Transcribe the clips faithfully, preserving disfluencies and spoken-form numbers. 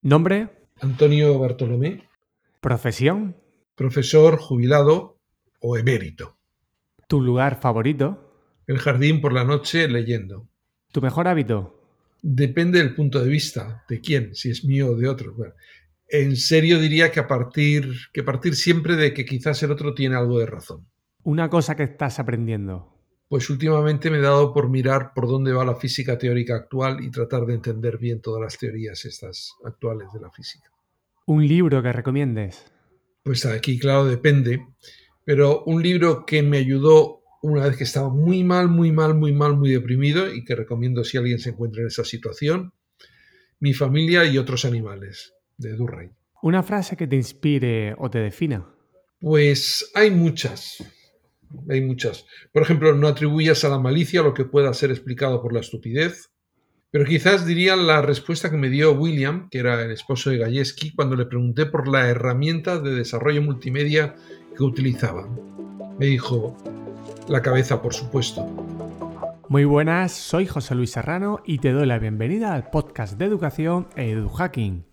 Nombre, Antonio Bartolomé, profesión, profesor jubilado o emérito. tu lugar favorito, El jardín por la noche leyendo. tu mejor hábito. Depende del punto de vista, de quién, si es mío o de otro. Bueno, en serio diría que a partir, que partir siempre de que quizás el otro tiene algo de razón. Una cosa que estás aprendiendo. Pues últimamente me he dado por mirar por dónde va la física teórica actual y tratar de entender bien todas las teorías estas actuales de la física. Un libro que recomiendes. Pues aquí, claro, depende. Pero un libro que me ayudó una vez que estaba muy mal, muy mal, muy mal, muy deprimido y que recomiendo si alguien se encuentra en esa situación, Mi familia y otros animales, de Durkheim. Una frase que te inspire o te defina. Pues hay muchas, hay muchas. Por ejemplo, no atribuyas a la malicia lo que pueda ser explicado por la estupidez. Pero quizás diría la respuesta que me dio William, que era el esposo de Gajewski, cuando le pregunté por la herramienta de desarrollo multimedia que utilizaban. Me dijo, la cabeza, por supuesto. Muy buenas, soy José Luis Serrano y te doy la bienvenida al podcast de educación EduHacking.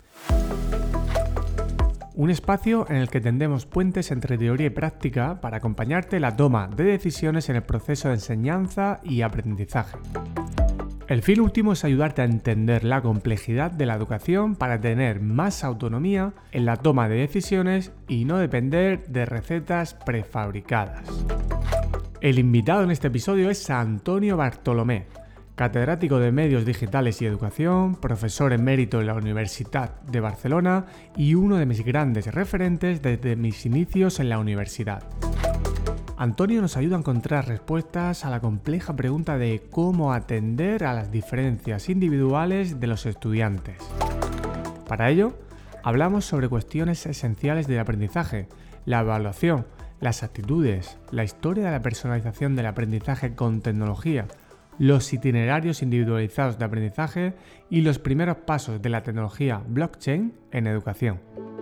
Un espacio en el que tendemos puentes entre teoría y práctica para acompañarte en la toma de decisiones en el proceso de enseñanza y aprendizaje. El fin último es ayudarte a entender la complejidad de la educación para tener más autonomía en la toma de decisiones y no depender de recetas prefabricadas. El invitado en este episodio es Antonio Bartolomé, catedrático de Medios Digitales y Educación, profesor emérito en la Universitat de Barcelona y uno de mis grandes referentes desde mis inicios en la universidad. Antonio nos ayuda a encontrar respuestas a la compleja pregunta de cómo atender a las diferencias individuales de los estudiantes. Para ello, hablamos sobre cuestiones esenciales del aprendizaje, la evaluación, las actitudes, la historia de la personalización del aprendizaje con tecnología, los itinerarios individualizados de aprendizaje y los primeros pasos de la tecnología blockchain en educación.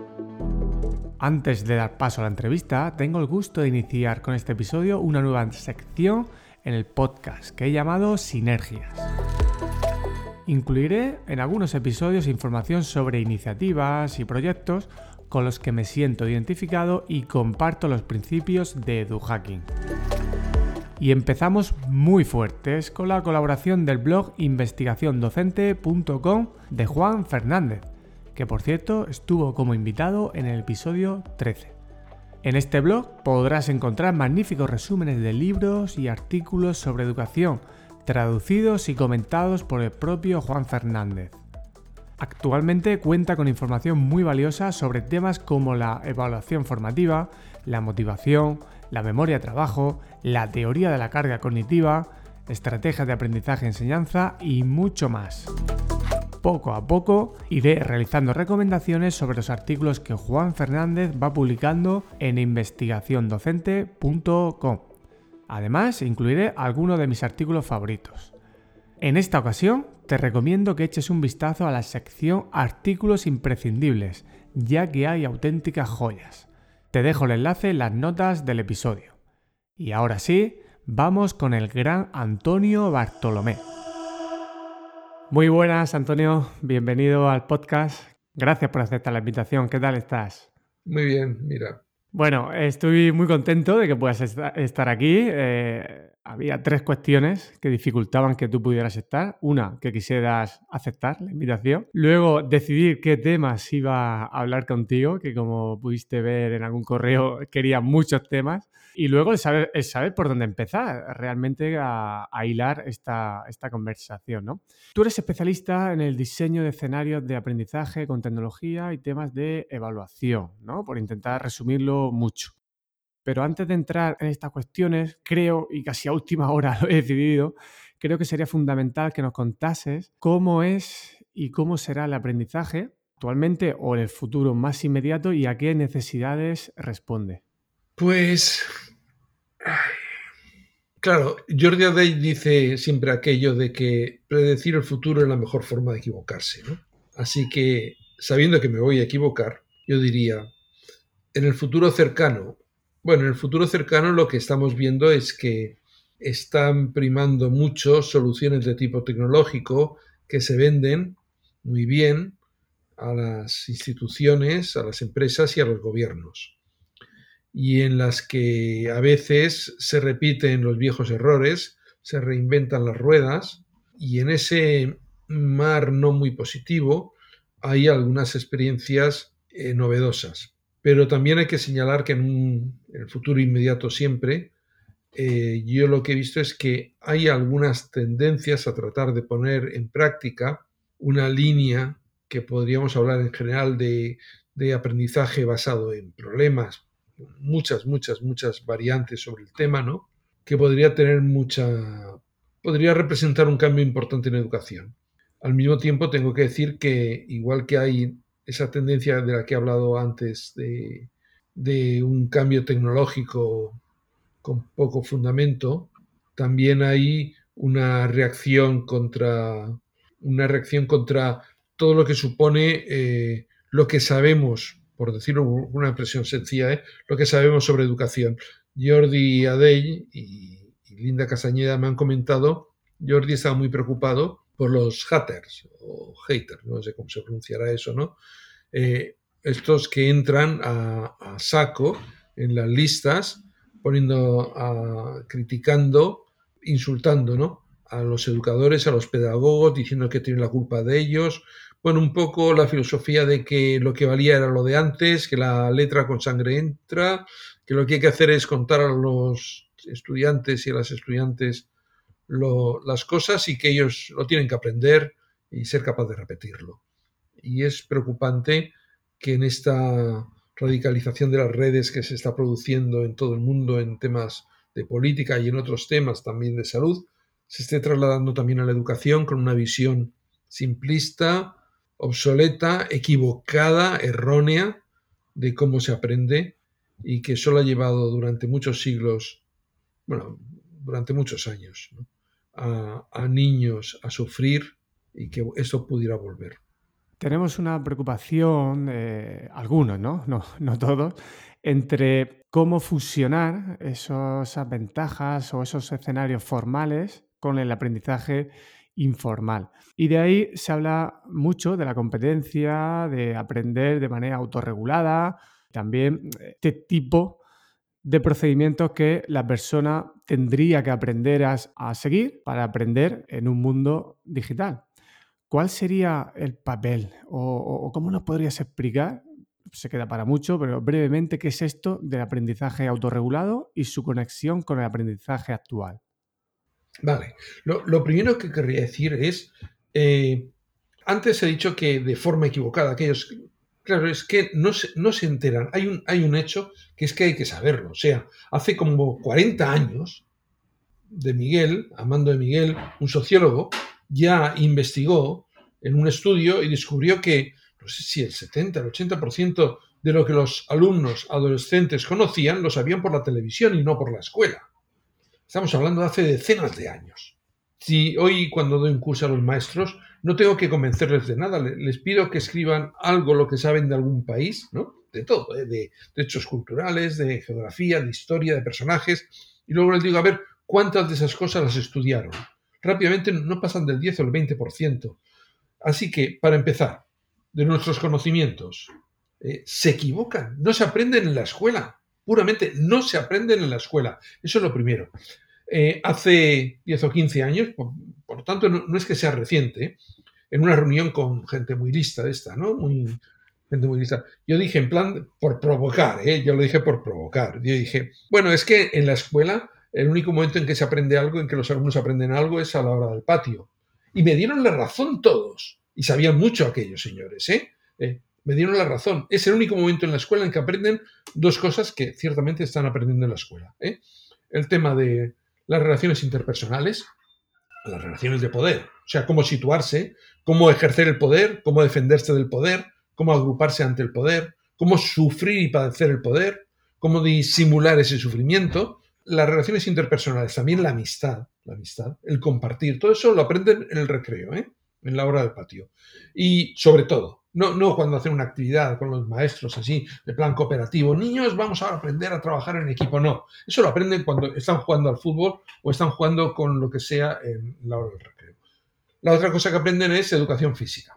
Antes de dar paso a la entrevista, tengo el gusto de iniciar con este episodio una nueva sección en el podcast que he llamado Sinergias. Incluiré en algunos episodios información sobre iniciativas y proyectos con los que me siento identificado y comparto los principios de EduHacking. Y empezamos muy fuertes con la colaboración del blog investigación docente punto com de Juan Fernández, que por cierto estuvo como invitado en el episodio trece. En este blog podrás encontrar magníficos resúmenes de libros y artículos sobre educación, traducidos y comentados por el propio Juan Fernández. Actualmente cuenta con información muy valiosa sobre temas como la evaluación formativa, la motivación, la memoria de trabajo, la teoría de la carga cognitiva, estrategias de aprendizaje y enseñanza y mucho más. Poco a poco iré realizando recomendaciones sobre los artículos que Juan Fernández va publicando en investigación docente punto com. Además, incluiré algunos de mis artículos favoritos. En esta ocasión, te recomiendo que eches un vistazo a la sección Artículos imprescindibles, ya que hay auténticas joyas. Te dejo el enlace en las notas del episodio. Y ahora sí, vamos con el gran Antonio Bartolomé. Muy buenas, Antonio. Bienvenido al podcast. Gracias por aceptar la invitación. ¿Qué tal estás? Muy bien, mira. Bueno, estoy muy contento de que puedas estar aquí. Eh, había tres cuestiones que dificultaban que tú pudieras estar. Una, que quisieras aceptar la invitación. Luego, decidir qué temas iba a hablar contigo, que como pudiste ver en algún correo, quería muchos temas. Y luego el saber, el saber por dónde empezar realmente a, a hilar esta, esta conversación, ¿no? Tú eres especialista en el diseño de escenarios de aprendizaje con tecnología y temas de evaluación, ¿no? Por intentar resumirlo mucho. Pero antes de entrar en estas cuestiones, creo, y casi a última hora lo he decidido, creo que sería fundamental que nos contases cómo es y cómo será el aprendizaje actualmente o en el futuro más inmediato y a qué necesidades responde. Pues, claro, Jordi Adey dice siempre aquello de que predecir el futuro es la mejor forma de equivocarse, ¿no? Así que, sabiendo que me voy a equivocar, yo diría, en el futuro cercano, bueno, en el futuro cercano lo que estamos viendo es que están primando mucho soluciones de tipo tecnológico que se venden muy bien a las instituciones, a las empresas y a los gobiernos, y en las que a veces se repiten los viejos errores, se reinventan las ruedas, y en ese mar no muy positivo hay algunas experiencias eh, novedosas. Pero también hay que señalar que en, un, en el futuro inmediato siempre, eh, yo lo que he visto es que hay algunas tendencias a tratar de poner en práctica una línea que podríamos hablar en general de, de aprendizaje basado en problemas, muchas, muchas, muchas variantes sobre el tema, ¿no? Que podría tener mucha, podría representar un cambio importante en educación. Al mismo tiempo tengo que decir que igual que hay esa tendencia de la que he hablado antes de, de un cambio tecnológico con poco fundamento, también hay una reacción contra una reacción contra todo lo que supone eh, lo que sabemos, por decirlo una expresión sencilla, ¿eh? lo que sabemos sobre educación. Jordi Adell y, y Linda Castañeda me han comentado, Jordi estaba muy preocupado por los haters o haters, no sé cómo se pronunciará eso, ¿no? Eh, estos que entran a, a saco en las listas, poniendo, a, criticando, insultando, ¿no? A los educadores, a los pedagogos, diciendo que tienen la culpa de ellos. Bueno, un poco la filosofía de que lo que valía era lo de antes, que la letra con sangre entra, que lo que hay que hacer es contar a los estudiantes y a las estudiantes lo, las cosas y que ellos lo tienen que aprender y ser capaz de repetirlo. Y es preocupante que en esta radicalización de las redes que se está produciendo en todo el mundo en temas de política y en otros temas también de salud, se esté trasladando también a la educación con una visión simplista, obsoleta, equivocada, errónea de cómo se aprende y que solo ha llevado durante muchos siglos, bueno, durante muchos años, ¿no? a, a niños a sufrir y que eso pudiera volver. Tenemos una preocupación, eh, algunos, ¿no? No, no todos, entre cómo fusionar esos, esas ventajas o esos escenarios formales con el aprendizaje informal. Y de ahí se habla mucho de la competencia, de aprender de manera autorregulada, también este tipo de procedimientos que la persona tendría que aprender a, a seguir para aprender en un mundo digital. ¿Cuál sería el papel o, o cómo nos podrías explicar, se queda para mucho, pero brevemente, qué es esto del aprendizaje autorregulado y su conexión con el aprendizaje actual? Vale, lo, lo primero que querría decir es, eh, antes he dicho que de forma equivocada, aquellos, claro, es que no se, no se enteran, hay un, hay un hecho que es que hay que saberlo, o sea, hace como cuarenta años, de Miguel, Armando de Miguel, un sociólogo, ya investigó en un estudio y descubrió que, no sé si el setenta, el ochenta por ciento de lo que los alumnos adolescentes conocían lo sabían por la televisión y no por la escuela. Estamos hablando de hace decenas de años. Si hoy cuando doy un curso a los maestros no tengo que convencerles de nada, les pido que escriban algo lo que saben de algún país, ¿no? De todo, ¿eh? de, de hechos culturales, de geografía, de historia, de personajes, y luego les digo, a ver, ¿cuántas de esas cosas las estudiaron? Rápidamente no pasan del diez o el veinte por ciento. Así que, para empezar, de nuestros conocimientos, eh, se equivocan, no se aprenden en la escuela. Puramente no se aprenden en la escuela. Eso es lo primero. Eh, hace diez o quince años, por, por lo tanto, no, no es que sea reciente, en una reunión con gente muy lista de esta, ¿no? Muy, gente muy lista. Yo dije, en plan, por provocar, ¿eh? Yo lo dije por provocar. Yo dije, bueno, es que en la escuela el único momento en que se aprende algo, en que los alumnos aprenden algo, es a la hora del patio. Y me dieron la razón todos. Y sabían mucho aquellos señores, ¿eh? eh Me dieron la razón. Es el único momento en la escuela en que aprenden dos cosas que ciertamente están aprendiendo en la escuela. ¿eh? El tema de las relaciones interpersonales, las relaciones de poder. O sea, cómo situarse, cómo ejercer el poder, cómo defenderse del poder, cómo agruparse ante el poder, cómo sufrir y padecer el poder, cómo disimular ese sufrimiento. Las relaciones interpersonales, también la amistad, la amistad, el compartir. Todo eso lo aprenden en el recreo, ¿eh? en la hora del patio. Y sobre todo, No, no cuando hacen una actividad con los maestros así, de plan cooperativo. Niños, vamos a aprender a trabajar en equipo. No, eso lo aprenden cuando están jugando al fútbol o están jugando con lo que sea en la hora del recreo. La otra cosa que aprenden es educación física.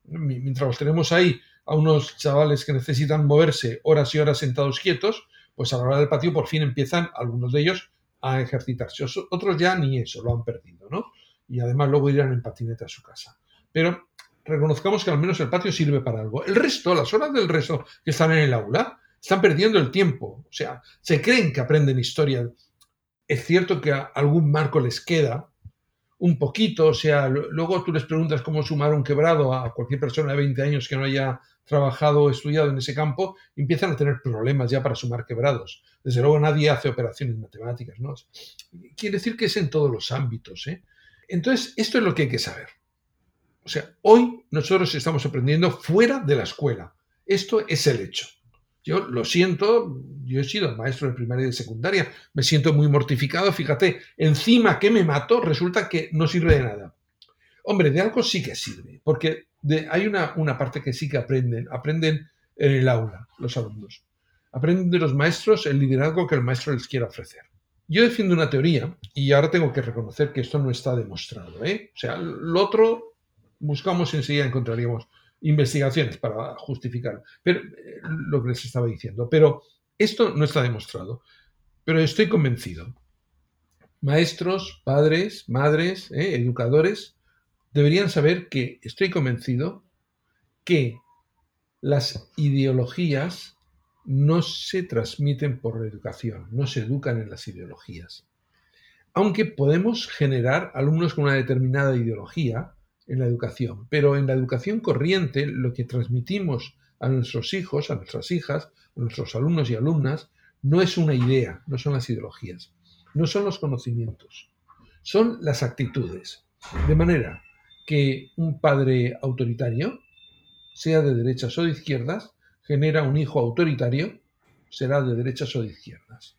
Mientras los tenemos ahí a unos chavales que necesitan moverse horas y horas sentados quietos, pues a la hora del patio por fin empiezan algunos de ellos a ejercitarse. Otros ya ni eso, lo han perdido, ¿no? Y además luego irán en patineta a su casa. Pero reconozcamos que al menos el patio sirve para algo. El resto, las horas del resto que están en el aula, están perdiendo el tiempo. O sea, se creen que aprenden historia. Es cierto que a algún marco les queda un poquito, o sea, luego tú les preguntas cómo sumar un quebrado a cualquier persona de veinte años que no haya trabajado o estudiado en ese campo, y empiezan a tener problemas ya para sumar quebrados. Desde luego nadie hace operaciones matemáticas, ¿no? Quiere decir que es en todos los ámbitos, ¿eh? Entonces, esto es lo que hay que saber. O sea, hoy nosotros estamos aprendiendo fuera de la escuela. Esto es el hecho. Yo lo siento, yo he sido maestro de primaria y de secundaria, me siento muy mortificado, fíjate, encima que me mato, resulta que no sirve de nada. Hombre, de algo sí que sirve, porque de, hay una, una parte que sí que aprenden, aprenden en el aula, los alumnos. Aprenden de los maestros el liderazgo que el maestro les quiere ofrecer. Yo defiendo una teoría, y ahora tengo que reconocer que esto no está demostrado, ¿eh? O sea, lo otro, buscamos y enseguida encontraríamos investigaciones para justificar pero, eh, lo que les estaba diciendo. Pero esto no está demostrado. Pero estoy convencido. Maestros, padres, madres, eh, educadores, deberían saber que estoy convencido que las ideologías no se transmiten por educación, no se educan en las ideologías. Aunque podemos generar alumnos con una determinada ideología en la educación, pero en la educación corriente lo que transmitimos a nuestros hijos, a nuestras hijas, a nuestros alumnos y alumnas, no es una idea, no son las ideologías, no son los conocimientos, son las actitudes. De manera que un padre autoritario, sea de derechas o de izquierdas, genera un hijo autoritario, será de derechas o de izquierdas.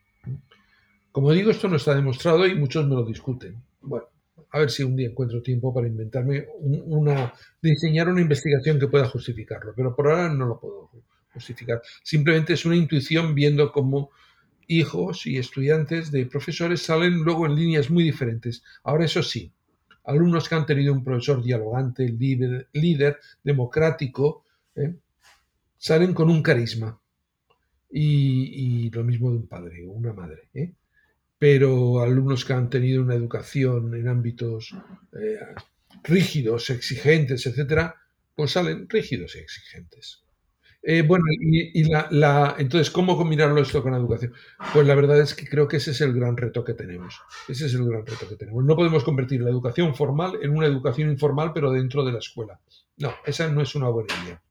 Como digo, esto no está demostrado y muchos me lo discuten. Bueno, a ver si un día encuentro tiempo para inventarme una, diseñar una investigación que pueda justificarlo, pero por ahora no lo puedo justificar. Simplemente es una intuición viendo cómo hijos y estudiantes de profesores salen luego en líneas muy diferentes. Ahora, eso sí, alumnos que han tenido un profesor dialogante, líder, líder democrático, ¿eh? salen con un carisma. Y, y lo mismo de un padre o una madre, ¿eh? Pero alumnos que han tenido una educación en ámbitos eh, rígidos, exigentes, etcétera, pues salen rígidos y exigentes. Eh, bueno, y, y la, la, entonces, ¿cómo combinarlo esto con la educación? Pues la verdad es que creo que ese es el gran reto que tenemos. Ese es el gran reto que tenemos. No podemos convertir la educación formal en una educación informal, pero dentro de la escuela. No, esa no es una buena idea.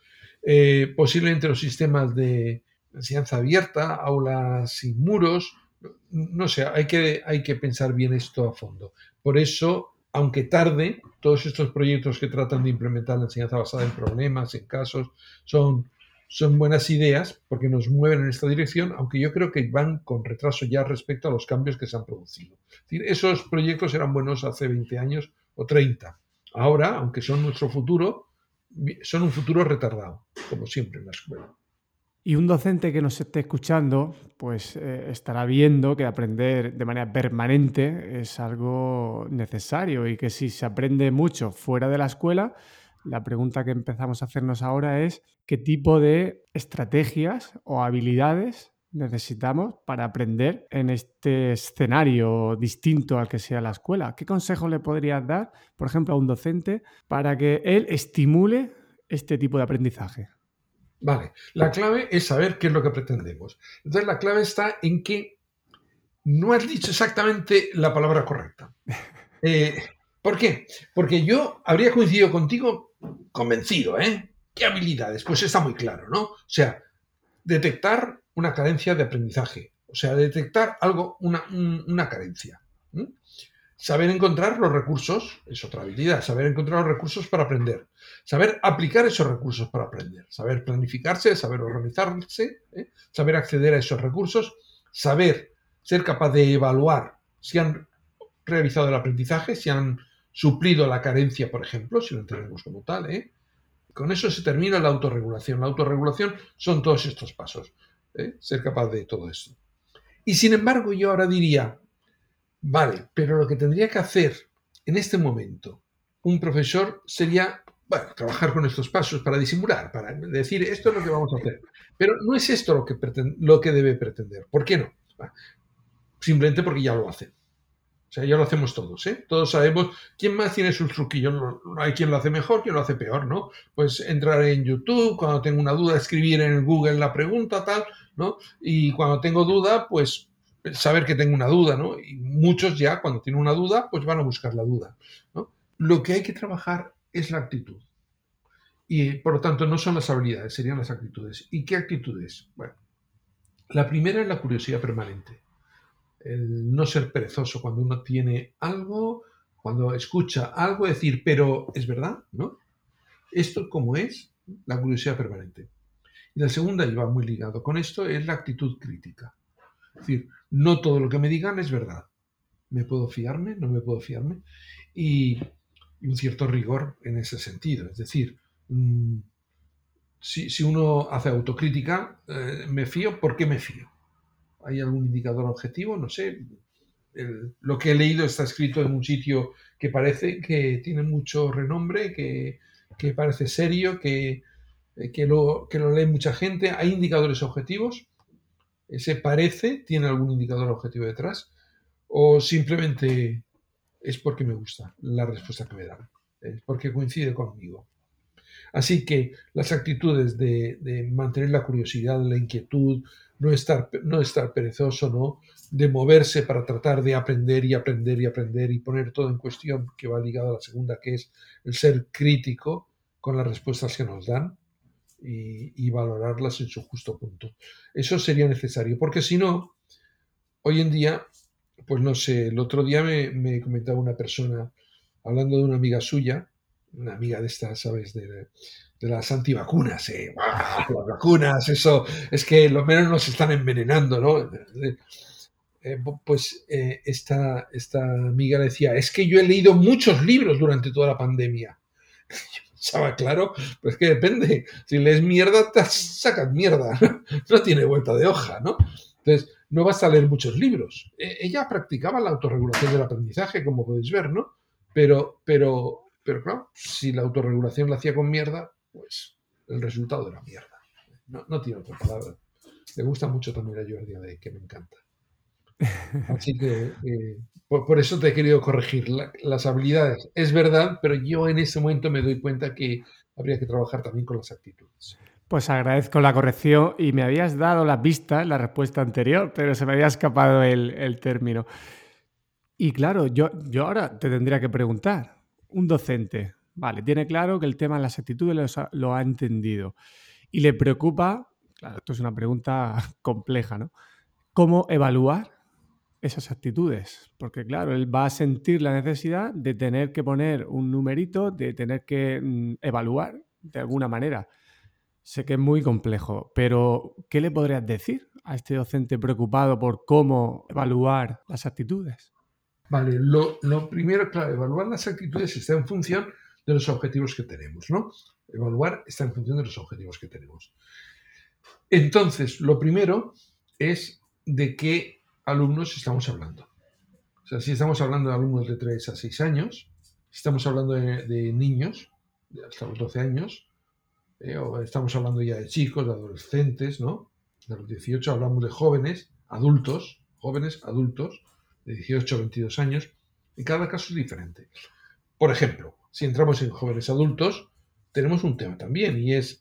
Eh, posiblemente los sistemas de enseñanza abierta, aulas sin muros, no sé, hay que, hay que pensar bien esto a fondo. Por eso, aunque tarde, todos estos proyectos que tratan de implementar la enseñanza basada en problemas, en casos, son, son buenas ideas porque nos mueven en esta dirección, aunque yo creo que van con retraso ya respecto a los cambios que se han producido. Es decir, esos proyectos eran buenos hace veinte años o treinta. Ahora, aunque son nuestro futuro, son un futuro retardado, como siempre en la escuela. Y un docente que nos esté escuchando, pues eh, estará viendo que aprender de manera permanente es algo necesario y que si se aprende mucho fuera de la escuela, la pregunta que empezamos a hacernos ahora es ¿qué tipo de estrategias o habilidades necesitamos para aprender en este escenario distinto al que sea la escuela? ¿Qué consejo le podrías dar, por ejemplo, a un docente para que él estimule este tipo de aprendizaje? Vale, la clave es saber qué es lo que pretendemos. Entonces la clave está en que no has dicho exactamente la palabra correcta. Eh, ¿Por qué? Porque yo habría coincidido contigo convencido, ¿eh? ¿Qué habilidades? Pues está muy claro, ¿no? O sea, detectar una carencia de aprendizaje. O sea, detectar algo, una, una carencia. ¿Mm? Saber encontrar los recursos es otra habilidad. Saber encontrar los recursos para aprender. Saber aplicar esos recursos para aprender. Saber planificarse, saber organizarse, ¿eh? Saber acceder a esos recursos. Saber ser capaz de evaluar si han realizado el aprendizaje, si han suplido la carencia, por ejemplo, si lo entendemos como tal, ¿eh? Con eso se termina la autorregulación. La autorregulación son todos estos pasos. ¿eh? Ser capaz de todo esto. Y sin embargo, yo ahora diría, vale, pero lo que tendría que hacer en este momento un profesor sería bueno, trabajar con estos pasos para disimular, para decir esto es lo que vamos a hacer. Pero no es esto lo que, pretende, lo que debe pretender. ¿Por qué no? Simplemente porque ya lo hacen. O sea, ya lo hacemos todos, ¿eh? Todos sabemos quién más tiene sus truquillos. No, no hay quien lo hace mejor, quien lo hace peor, ¿no? Pues entrar en YouTube, cuando tengo una duda, escribir en el Google la pregunta, tal, ¿no? Y cuando tengo duda, pues saber que tengo una duda, ¿no? Y muchos ya, cuando tienen una duda, pues van a buscar la duda, ¿no? Lo que hay que trabajar es la actitud. Y por lo tanto, no son las habilidades, serían las actitudes. ¿Y qué actitudes? Bueno, la primera es la curiosidad permanente. El no ser perezoso cuando uno tiene algo, cuando escucha algo, decir, pero es verdad, ¿no? Esto como es la curiosidad permanente. Y la segunda, y va muy ligado con esto, es la actitud crítica. Es decir, no todo lo que me digan es verdad. ¿Me puedo fiarme? ¿No me puedo fiarme? Y, y un cierto rigor en ese sentido. Es decir, mmm, si, si, uno hace autocrítica, eh, ¿me fío? ¿Por qué me fío? ¿Hay algún indicador objetivo? No sé. El, lo que he leído está escrito en un sitio que parece que tiene mucho renombre, que, que parece serio, que, que, lo, que lo lee mucha gente. ¿Hay indicadores objetivos? ¿Ese parece tiene algún indicador objetivo detrás? ¿O simplemente es porque me gusta la respuesta que me dan? Es porque coincide conmigo. Así que las actitudes de, de mantener la curiosidad, la inquietud, no estar, no estar perezoso, ¿no? De moverse para tratar de aprender y aprender y aprender y poner todo en cuestión, que va ligado a la segunda, que es el ser crítico con las respuestas que nos dan y, y valorarlas en su justo punto. Eso sería necesario, porque si no, hoy en día, pues no sé, el otro día me, me comentaba una persona, hablando de una amiga suya, una amiga de estas, ¿sabes? De, de las antivacunas, ¿eh? ¡Ah, las vacunas! Eso, es que lo menos nos están envenenando, ¿no? Eh, pues eh, esta, esta amiga decía, es que yo he leído muchos libros durante toda la pandemia. Yo pensaba, claro, pero es que depende. Si lees mierda, te sacas mierda. ¿No? No tiene vuelta de hoja, ¿no? Entonces, no vas a leer muchos libros. Eh, ella practicaba la autorregulación del aprendizaje, como podéis ver, ¿no? Pero, pero, pero claro, si la autorregulación la hacía con mierda, pues el resultado era mierda. No, no tiene otra palabra. Le gusta mucho también a Jordi de que me encanta. Así que eh, por, por, eso te he querido corregir. La, las habilidades es verdad, pero yo en ese momento me doy cuenta que habría que trabajar también con las actitudes. Pues agradezco la corrección y me habías dado la pista en la respuesta anterior, pero se me había escapado el, el término. Y claro, yo, yo ahora te tendría que preguntar, un docente, vale, tiene claro que el tema de las actitudes lo ha, lo ha entendido y le preocupa, claro, esto es una pregunta compleja, ¿no? ¿Cómo evaluar esas actitudes? Porque claro, él va a sentir la necesidad de tener que poner un numerito, de tener que mm, evaluar de alguna manera. Sé que es muy complejo, pero ¿qué le podrías decir a este docente preocupado por cómo evaluar las actitudes? Vale, lo, lo primero, claro, evaluar las actitudes está en función de los objetivos que tenemos, ¿no? Evaluar está en función de los objetivos que tenemos. Entonces, lo primero es de qué alumnos estamos hablando. O sea, si estamos hablando de alumnos de tres a seis años, si estamos hablando de, de niños de hasta los doce años, eh, o estamos hablando ya de chicos, de adolescentes, ¿no? De los dieciocho hablamos de jóvenes, adultos, jóvenes, adultos, de dieciocho a veintidós años, y cada caso es diferente. Por ejemplo, si entramos en jóvenes adultos, tenemos un tema también, y es,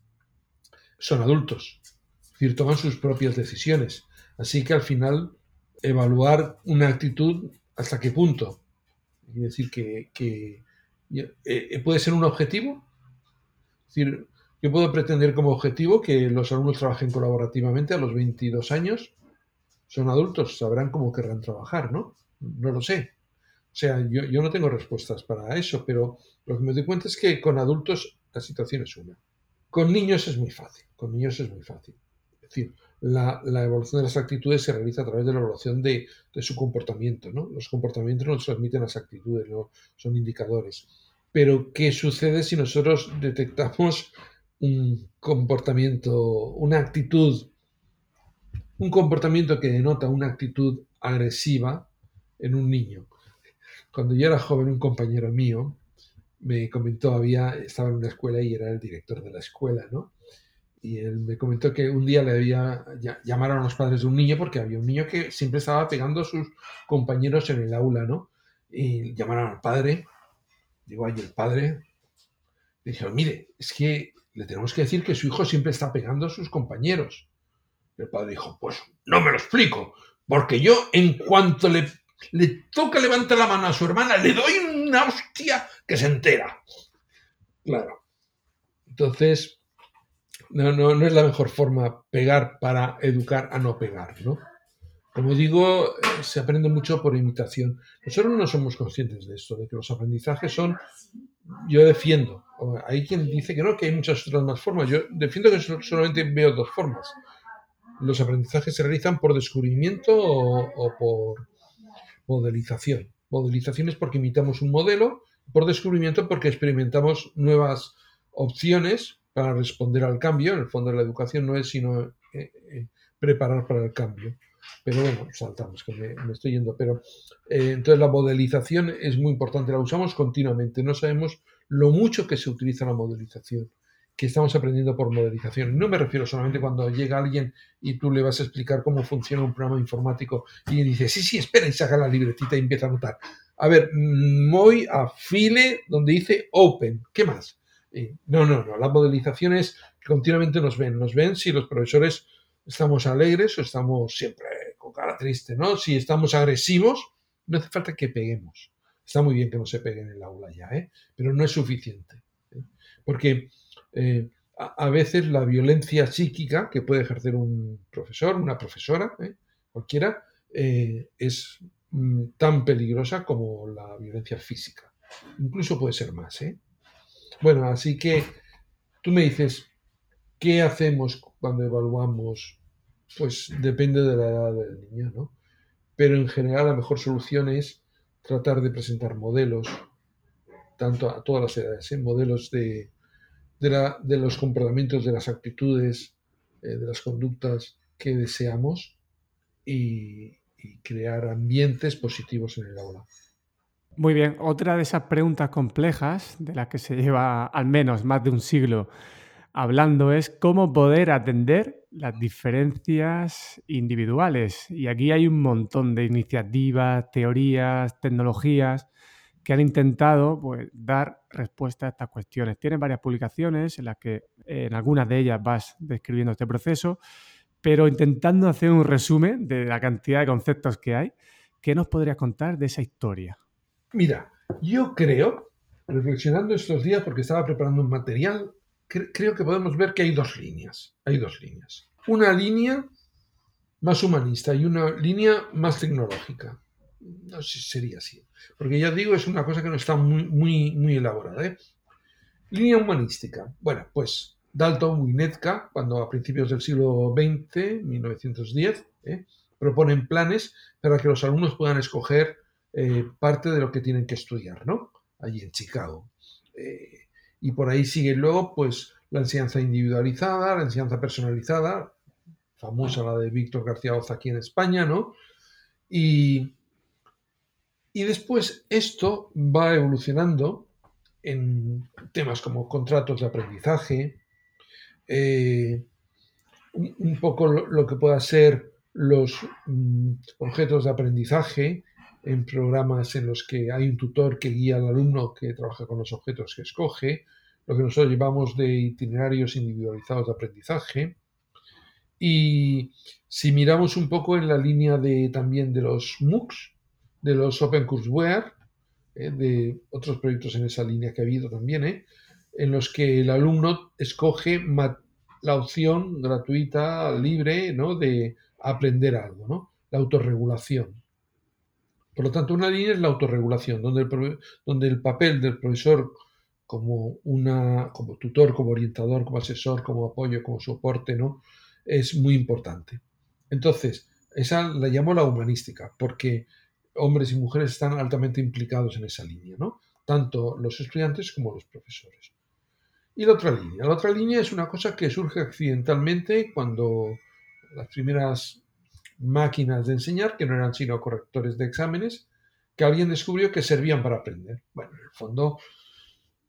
son adultos, es decir, toman sus propias decisiones, así que al final evaluar una actitud hasta qué punto, es decir, que, que eh, puede ser un objetivo, es decir, yo puedo pretender como objetivo que los alumnos trabajen colaborativamente a los veintidós años, son adultos, sabrán cómo querrán trabajar, ¿no? No lo sé. O sea, yo, yo no tengo respuestas para eso, pero lo que me doy cuenta es que con adultos la situación es una. Con niños es muy fácil, con niños es muy fácil. Es decir, la, la evolución de las actitudes se realiza a través de la evaluación de, de su comportamiento, ¿no? Los comportamientos nos transmiten las actitudes, ¿no? Son indicadores. Pero, ¿qué sucede si nosotros detectamos un comportamiento, una actitud, un comportamiento que denota una actitud agresiva en un niño? Cuando yo era joven, un compañero mío me comentó, había, estaba en una escuela y era el director de la escuela, ¿no? Y él me comentó que un día le había llamaron a los padres de un niño porque había un niño que siempre estaba pegando a sus compañeros en el aula, ¿no? Y llamaron al padre, digo, ahí el padre, le dijeron, mire, es que le tenemos que decir que su hijo siempre está pegando a sus compañeros. El padre dijo, pues no me lo explico, porque yo en cuanto le, le toca levantar la mano a su hermana, le doy una hostia que se entera. Claro. Entonces, no, no, no es la mejor forma pegar para educar a no pegar, ¿no? Como digo, se aprende mucho por imitación. Nosotros no somos conscientes de esto, de que los aprendizajes son, yo defiendo, hay quien dice que no, que hay muchas otras más formas, yo defiendo que solamente veo dos formas. Los aprendizajes se realizan por descubrimiento o, o por modelización. Modelización es porque imitamos un modelo, por descubrimiento porque experimentamos nuevas opciones para responder al cambio. En el fondo la educación no es sino eh, eh, preparar para el cambio. Pero bueno, saltamos, que me, me estoy yendo. Pero eh, entonces la modelización es muy importante, la usamos continuamente. No sabemos lo mucho que se utiliza la modelización, que estamos aprendiendo por modelización. No me refiero solamente cuando llega alguien y tú le vas a explicar cómo funciona un programa informático y dice, sí, sí, espera, y saca la libretita y empieza a anotar. A ver, voy a file donde dice open. ¿Qué más? Eh, no, no, no. La modelización es que continuamente nos ven. Nos ven si los profesores estamos alegres o estamos siempre con cara triste, ¿no? Si estamos agresivos, no hace falta que peguemos. Está muy bien que no se peguen en el aula ya, ¿eh? Pero no es suficiente. ¿eh? Porque eh, a, a veces la violencia psíquica que puede ejercer un profesor, una profesora, ¿eh? cualquiera, eh, es mm, tan peligrosa como la violencia física. Incluso puede ser más, ¿eh? Bueno, así que tú me dices, ¿qué hacemos cuando evaluamos? Pues depende de la edad del niño, ¿no? Pero en general la mejor solución es tratar de presentar modelos, tanto a todas las edades, ¿eh? modelos de, de, la, de los comportamientos, de las actitudes, eh, de las conductas que deseamos y, y crear ambientes positivos en el aula. Muy bien, otra de esas preguntas complejas de las que se lleva al menos más de un siglo hablando es cómo poder atender las diferencias individuales. Y aquí hay un montón de iniciativas, teorías, tecnologías que han intentado pues, dar respuesta a estas cuestiones. Tienen varias publicaciones en las que en algunas de ellas vas describiendo este proceso, pero intentando hacer un resumen de la cantidad de conceptos que hay, ¿qué nos podrías contar de esa historia? Mira, yo creo, reflexionando estos días porque estaba preparando un material, cre- creo que podemos ver que hay dos líneas. Hay dos líneas. Una línea más humanista y una línea más tecnológica. No sé si sería así. Porque ya digo, es una cosa que no está muy, muy, muy elaborada. ¿eh? Línea humanística. Bueno, pues Dalton Winnetka, cuando a principios del siglo veinte, mil novecientos diez, ¿eh? proponen planes para que los alumnos puedan escoger eh, parte de lo que tienen que estudiar, ¿no? Allí en Chicago. Eh, y por ahí sigue luego, pues, la enseñanza individualizada, la enseñanza personalizada, famosa la de Víctor García Oza aquí en España, ¿no? Y, y después esto va evolucionando en temas como contratos de aprendizaje, eh, un, un, poco lo, lo, que pueda ser los mm, objetos de aprendizaje en programas en los que hay un tutor que guía al alumno que trabaja con los objetos que escoge, lo que nosotros llevamos de itinerarios individualizados de aprendizaje. Y si miramos un poco en la línea de también de los MOOCs, de los Open Courseware, eh, de otros proyectos en esa línea que ha habido también, eh, en los que el alumno escoge la opción gratuita, libre, ¿no? de aprender algo, ¿no? La autorregulación. Por lo tanto, una línea es la autorregulación, donde el, donde el papel del profesor como, una, como tutor, como orientador, como asesor, como apoyo, como soporte, ¿no? es muy importante. Entonces, esa la llamo la humanística, porque hombres y mujeres están altamente implicados en esa línea, ¿no? Tanto los estudiantes como los profesores. Y la otra línea. La otra línea es una cosa que surge accidentalmente cuando las primeras máquinas de enseñar, que no eran sino correctores de exámenes, que alguien descubrió que servían para aprender. Bueno, en el fondo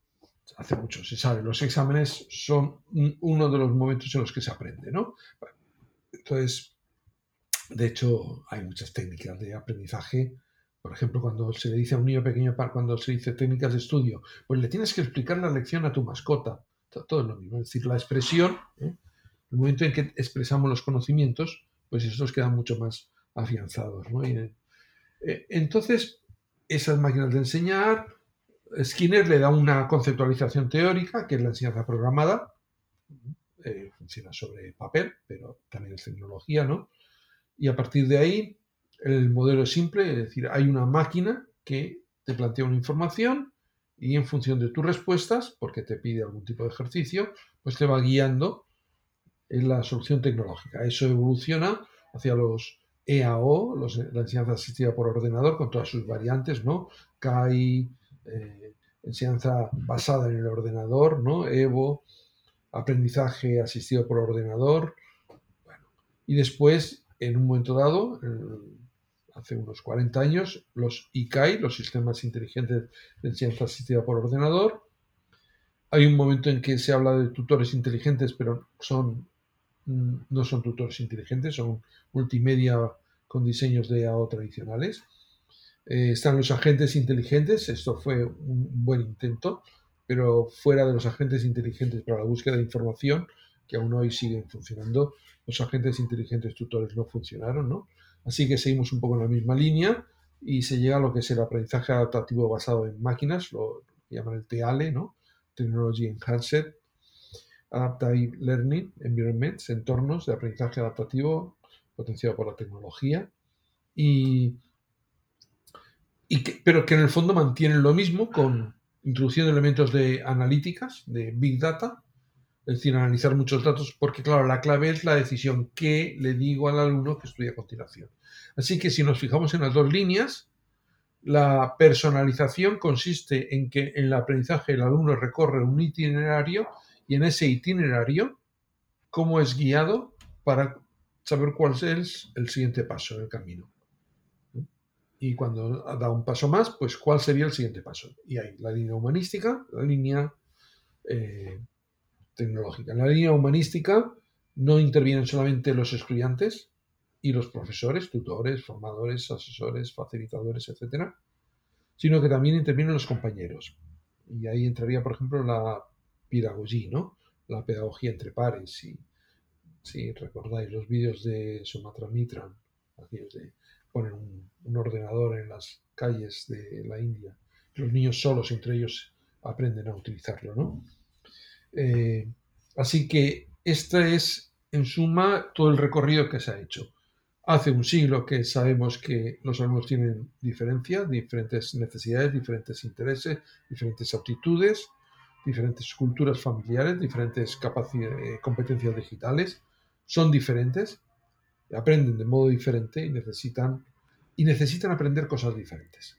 hace mucho se sabe, los exámenes son uno de los momentos en los que se aprende, ¿no? Entonces, de hecho, hay muchas técnicas de aprendizaje. Por ejemplo, cuando se le dice a un niño pequeño, cuando se dice técnicas de estudio, pues le tienes que explicar la lección a tu mascota. Todo es lo mismo. Es decir, la expresión, ¿eh? El momento en que expresamos los conocimientos, pues estos quedan mucho más afianzados, ¿no? Y, eh, entonces, esas máquinas de enseñar, Skinner le da una conceptualización teórica, que es la enseñanza programada, eh, funciona sobre papel, pero también es tecnología, ¿no? Y a partir de ahí, el modelo es simple, es decir, hay una máquina que te plantea una información y en función de tus respuestas, porque te pide algún tipo de ejercicio, pues te va guiando en la solución tecnológica. Eso evoluciona hacia los E A O, los, la enseñanza asistida por ordenador, con todas sus variantes, ¿no? C A I, eh, enseñanza basada en el ordenador, ¿no? Evo, aprendizaje asistido por ordenador. Bueno, y después, en un momento dado, hace unos cuarenta años, los I C A I, los sistemas inteligentes de enseñanza asistida por ordenador. Hay un momento en que se habla de tutores inteligentes, pero son no son tutores inteligentes, son multimedia con diseños de A O tradicionales. Eh, están los agentes inteligentes, esto fue un buen intento, pero fuera de los agentes inteligentes para la búsqueda de información, que aún hoy siguen funcionando, los agentes inteligentes tutores no funcionaron, ¿no? Así que seguimos un poco en la misma línea y se llega a lo que es el aprendizaje adaptativo basado en máquinas, lo llaman el T A L E, ¿no? Technology Enhanced Adaptive Learning Environments, entornos de aprendizaje adaptativo potenciado por la tecnología, y, y que, pero que en el fondo mantienen lo mismo con introduciendo elementos de analíticas, de Big Data, es decir, analizar muchos datos, porque claro, la clave es la decisión que le digo al alumno que estudia a continuación. Así que si nos fijamos en las dos líneas, la personalización consiste en que en el aprendizaje el alumno recorre un itinerario y en ese itinerario, cómo es guiado para saber cuál es el siguiente paso en el camino. Y cuando da un paso más, pues cuál sería el siguiente paso. Y hay la línea humanística, la línea eh, tecnológica. En la línea humanística no intervienen solamente los estudiantes y los profesores, tutores, formadores, asesores, facilitadores, etcétera, sino que también intervienen los compañeros. Y ahí entraría, por ejemplo, la pedagogía, ¿no? La pedagogía entre pares. Y si recordáis los vídeos de Sumatra Mitra, aquellos de poner un, un ordenador en las calles de la India, los niños solos entre ellos aprenden a utilizarlo, ¿no? Eh, así que este es, en suma, todo el recorrido que se ha hecho. Hace un siglo que sabemos que los alumnos tienen diferencias, diferentes necesidades, diferentes intereses, diferentes aptitudes, diferentes culturas familiares, diferentes capacidades, competencias digitales, son diferentes, aprenden de modo diferente y necesitan, y necesitan aprender cosas diferentes.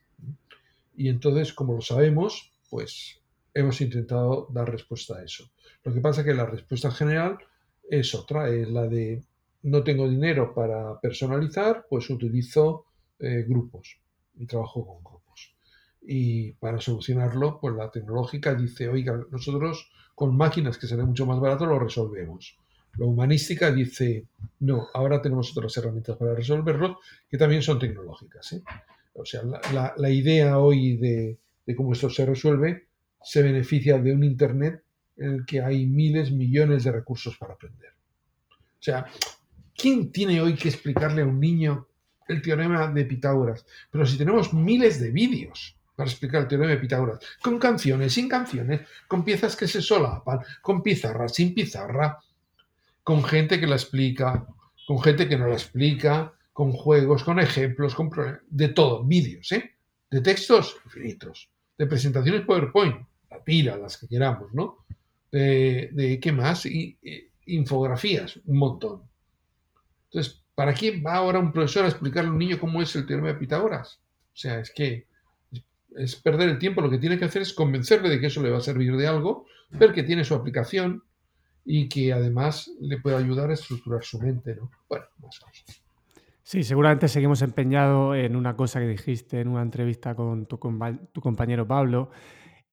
Y entonces, como lo sabemos, pues hemos intentado dar respuesta a eso. Lo que pasa es que la respuesta general es otra, es la de no tengo dinero para personalizar, pues utilizo eh, grupos y trabajo con grupos. Y para solucionarlo, pues la tecnológica dice, oiga, nosotros con máquinas que será mucho más barato lo resolvemos. La humanística dice, no, ahora tenemos otras herramientas para resolverlo que también son tecnológicas, ¿eh? O sea, la, la, la idea hoy de, de cómo esto se resuelve se beneficia de un Internet en el que hay miles, millones de recursos para aprender. O sea, ¿quién tiene hoy que explicarle a un niño el teorema de Pitágoras? Pero si tenemos miles de vídeos para explicar el teorema de Pitágoras, con canciones, sin canciones, con piezas que se solapan, con pizarra, sin pizarra, con gente que la explica, con gente que no la explica, con juegos, con ejemplos, con de todo, vídeos, ¿eh? De textos infinitos, de presentaciones PowerPoint, la pila, las que queramos, ¿no? De, de ¿qué más? Y, e, infografías, un montón. Entonces, ¿para qué va ahora un profesor a explicarle a un niño cómo es el teorema de Pitágoras? O sea, es que es perder el tiempo. Lo que tiene que hacer es convencerle de que eso le va a servir de algo, ver que tiene su aplicación y que además le puede ayudar a estructurar su mente, ¿no? Bueno, más cosas. Sí, seguramente seguimos empeñados en una cosa que dijiste en una entrevista con tu, compa tu compañero Pablo,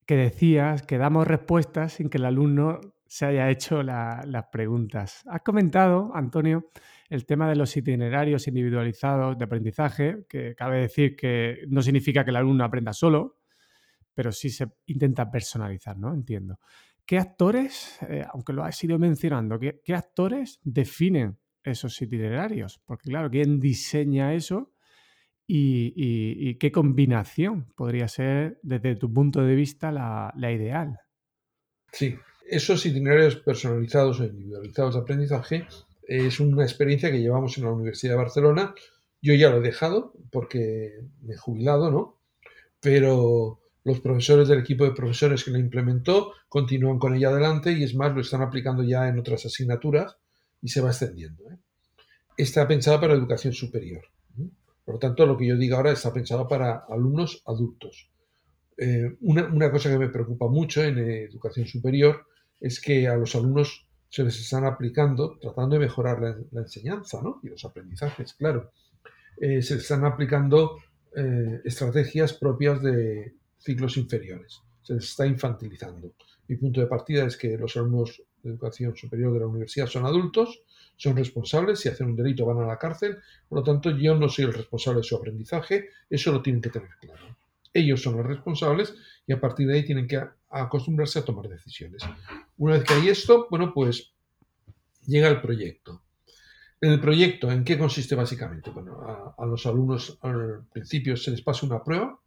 que decías que damos respuestas sin que el alumno se haya hecho la, las preguntas. Has comentado, Antonio, el tema de los itinerarios individualizados de aprendizaje, que cabe decir que no significa que el alumno aprenda solo, pero sí se intenta personalizar, ¿no? Entiendo. ¿Qué actores, eh, aunque lo has ido mencionando, ¿qué, qué actores definen esos itinerarios? Porque claro, ¿quién diseña eso? ¿Y, y, y qué combinación podría ser, desde tu punto de vista, la, la ideal? Sí, esos itinerarios personalizados o individualizados de aprendizaje es una experiencia que llevamos en la Universidad de Barcelona. Yo ya lo he dejado porque me he jubilado, ¿no? Pero los profesores del equipo de profesores que lo implementó continúan con ella adelante y es más, lo están aplicando ya en otras asignaturas y se va extendiendo, ¿eh? Está pensada para educación superior. ¿eh? Por lo tanto, lo que yo diga ahora está pensado para alumnos adultos. Eh, una, una, cosa que me preocupa mucho en eh, educación superior es que a los alumnos se les están aplicando, tratando de mejorar la, la enseñanza, ¿no? Y los aprendizajes, claro. Eh, se les están aplicando eh, estrategias propias de ciclos inferiores. Se les está infantilizando. Mi punto de partida es que los alumnos de educación superior de la universidad son adultos, son responsables, si hacen un delito van a la cárcel, por lo tanto yo no soy el responsable de su aprendizaje, eso lo tienen que tener claro. Ellos son los responsables y a partir de ahí tienen que acostumbrarse a tomar decisiones. Una vez que hay esto, bueno, pues llega el proyecto. En el proyecto, ¿en qué consiste básicamente? Bueno, a, a los alumnos al principio se les pasa una prueba,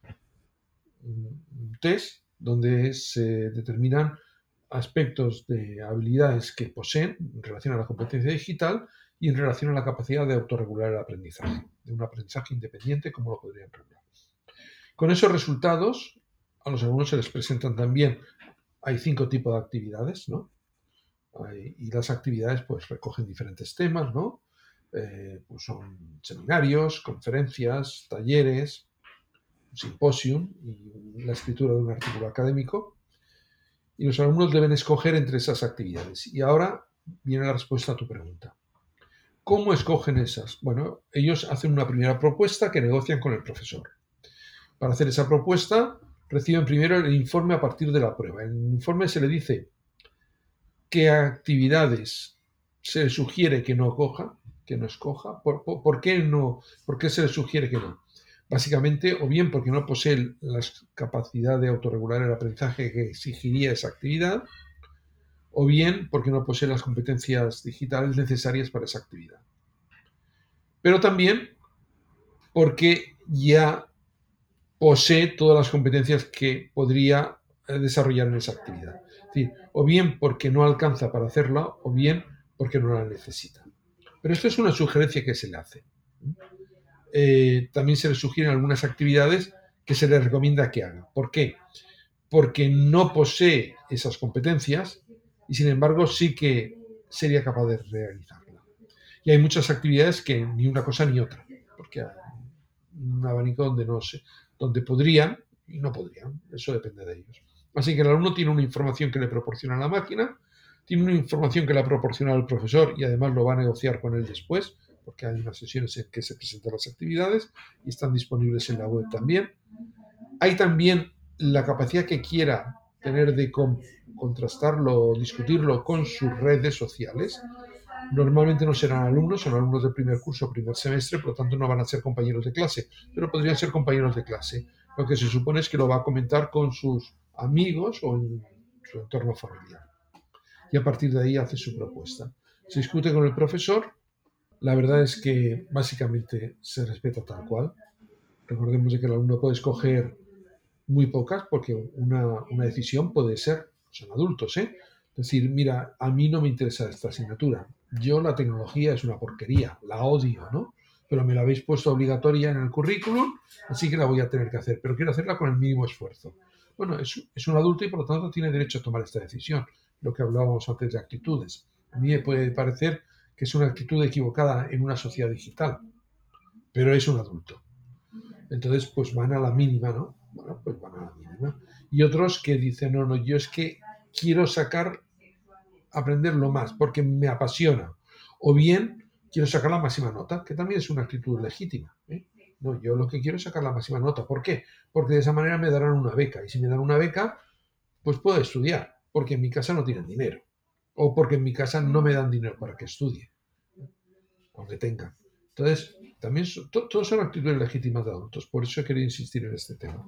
un test, donde se determinan aspectos de habilidades que poseen en relación a la competencia digital y en relación a la capacidad de autorregular el aprendizaje, de un aprendizaje independiente como lo podrían regular. Con esos resultados, a los alumnos se les presentan también, hay cinco tipos de actividades, ¿no? Hay, y las actividades pues recogen diferentes temas, ¿no? Eh, pues son seminarios, conferencias, talleres, un simposium y la escritura de un artículo académico. Y los alumnos deben escoger entre esas actividades. Y ahora viene la respuesta a tu pregunta. ¿Cómo escogen esas? Bueno, ellos hacen una primera propuesta que negocian con el profesor. Para hacer esa propuesta, reciben primero el informe a partir de la prueba. En el informe se le dice qué actividades se le sugiere que no coja, que no escoja. ¿Por, por, por qué no? ¿Por qué se le sugiere que no? Básicamente, o bien porque no posee la capacidad de autorregular el aprendizaje que exigiría esa actividad, o bien porque no posee las competencias digitales necesarias para esa actividad. Pero también porque ya posee todas las competencias que podría desarrollar en esa actividad. Es decir, o bien porque no alcanza para hacerla, o bien porque no la necesita. Pero esto es una sugerencia que se le hace. Eh, también se le sugieren algunas actividades que se le recomienda que haga. ¿Por qué? Porque no posee esas competencias y sin embargo sí que sería capaz de realizarla. Y hay muchas actividades que ni una cosa ni otra, porque hay un abanico donde no sé, donde podrían y no podrían, eso depende de ellos. Así que el alumno tiene una información que le proporciona la máquina, tiene una información que le ha proporcionado el profesor y además lo va a negociar con él después, porque hay unas sesiones en que se presentan las actividades y están disponibles en la web también. Hay también la capacidad que quiera tener de contrastarlo, discutirlo con sus redes sociales. Normalmente no serán alumnos, son alumnos del primer curso, primer semestre, por lo tanto no van a ser compañeros de clase, pero podrían ser compañeros de clase. Lo que se supone es que lo va a comentar con sus amigos o en su entorno familiar. Y a partir de ahí hace su propuesta. Se discute con el profesor. La verdad es que básicamente se respeta tal cual. Recordemos de que el alumno puede escoger muy pocas porque una, una decisión puede ser, son adultos, ¿eh? Decir, mira, a mí no me interesa esta asignatura. Yo la tecnología es una porquería, la odio, ¿no? Pero me la habéis puesto obligatoria en el currículum, así que la voy a tener que hacer, pero quiero hacerla con el mínimo esfuerzo. Bueno, es, es un adulto y por lo tanto tiene derecho a tomar esta decisión, lo que hablábamos antes de actitudes. A mí me puede parecer que es una actitud equivocada en una sociedad digital, pero es un adulto. Entonces, pues van a la mínima, ¿no? Bueno, pues van a la mínima. Y otros que dicen, no, no, yo es que quiero sacar, aprenderlo más, porque me apasiona. O bien, quiero sacar la máxima nota, que también es una actitud legítima, ¿eh? No, yo lo que quiero es sacar la máxima nota. ¿Por qué? Porque de esa manera me darán una beca. Y si me dan una beca, pues puedo estudiar. Porque en mi casa no tienen dinero. O porque en mi casa no me dan dinero para que estudie. Aunque tengan. Entonces, también son, to, todos son actitudes legítimas de adultos. Por eso he querido insistir en este tema.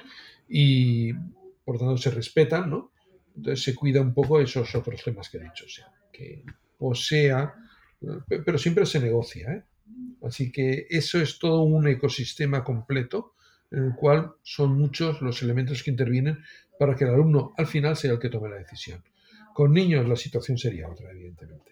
Y, por tanto, se respetan, ¿no? Entonces se cuida un poco esos otros temas que he dicho. O sea, que posea, pero siempre se negocia, ¿eh? Así que eso es todo un ecosistema completo en el cual son muchos los elementos que intervienen para que el alumno al final sea el que tome la decisión. Con niños la situación sería otra, evidentemente.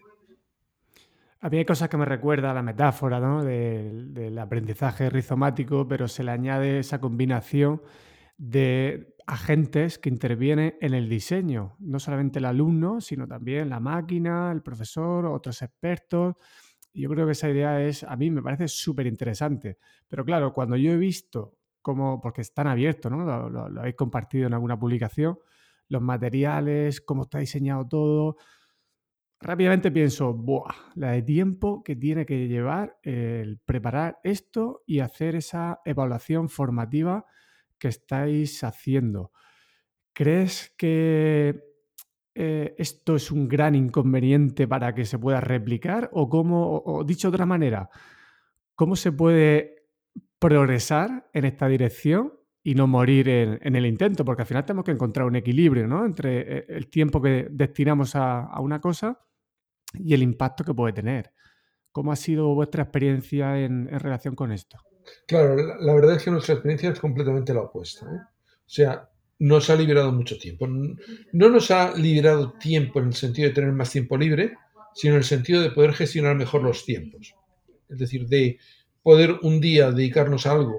A mí hay cosas que me recuerda a la metáfora, ¿no? del, del aprendizaje rizomático, pero se le añade esa combinación de agentes que intervienen en el diseño, no solamente el alumno, sino también la máquina, el profesor, otros expertos. Y yo creo que esa idea es, a mí me parece súper interesante. Pero claro, cuando yo he visto cómo, porque están abiertos, ¿no? Lo, lo, lo habéis compartido en alguna publicación, los materiales, cómo está diseñado todo, rápidamente pienso, ¡buah! La de tiempo que tiene que llevar el preparar esto y hacer esa evaluación formativa que estáis haciendo. ¿Crees que eh, esto es un gran inconveniente para que se pueda replicar? O, cómo, o, o dicho de otra manera, ¿cómo se puede progresar en esta dirección y no morir en, en el intento? Porque al final tenemos que encontrar un equilibrio, ¿no? Entre eh, el tiempo que destinamos a, a una cosa y el impacto que puede tener. ¿Cómo ha sido vuestra experiencia en, en relación con esto? Claro, la, la verdad es que nuestra experiencia es completamente la opuesta, ¿eh? O sea, nos ha liberado mucho tiempo. No nos ha liberado tiempo en el sentido de tener más tiempo libre, sino en el sentido de poder gestionar mejor los tiempos. Es decir, de poder un día dedicarnos a algo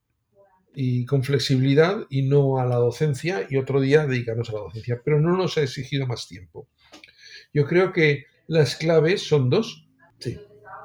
y con flexibilidad y no a la docencia, y otro día dedicarnos a la docencia, pero no nos ha exigido más tiempo. Yo creo que las claves son dos. Sí.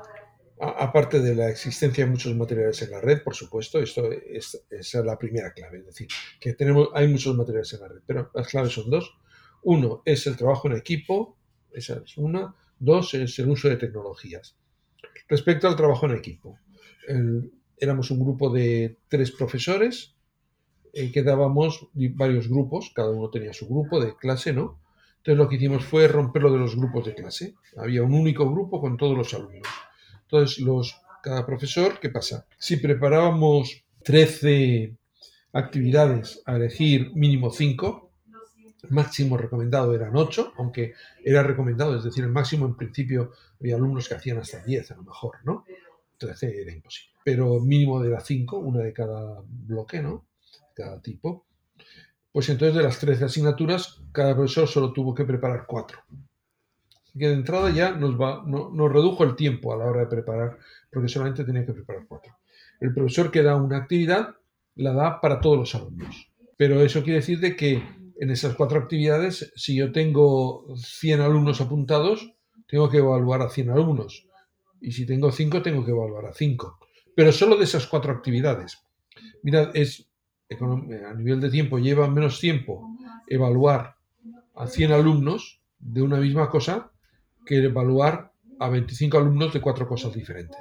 A- aparte de la existencia de muchos materiales en la red, por supuesto, esto es, esa es la primera clave, es decir, que tenemos, hay muchos materiales en la red, pero las claves son dos. Uno es el trabajo en equipo, esa es una. Dos es el uso de tecnologías. Respecto al trabajo en equipo, el, éramos un grupo de tres profesores, eh, que dábamos varios grupos, cada uno tenía su grupo de clase, ¿no? Entonces lo que hicimos fue romperlo de los grupos de clase. Había un único grupo con todos los alumnos. Entonces, los, cada profesor, ¿qué pasa? Si preparábamos trece actividades a elegir mínimo cinco, el máximo recomendado eran ocho, aunque era recomendado, es decir, el máximo en principio había alumnos que hacían hasta diez a lo mejor, ¿no? trece era imposible. Pero mínimo era cinco, una de cada bloque, ¿no? Cada tipo. Pues entonces de las trece asignaturas, cada profesor solo tuvo que preparar cuatro. Así que de entrada ya nos, va, no, nos redujo el tiempo a la hora de preparar, porque solamente tenía que preparar cuatro. El profesor que da una actividad la da para todos los alumnos. Pero eso quiere decir de que en esas cuatro actividades, si yo tengo cien alumnos apuntados, tengo que evaluar a cien alumnos. Y si tengo cinco, tengo que evaluar a cinco. Pero solo de esas cuatro actividades. Mirad, es, a nivel de tiempo, lleva menos tiempo evaluar a cien alumnos de una misma cosa que evaluar a veinticinco alumnos de cuatro cosas diferentes.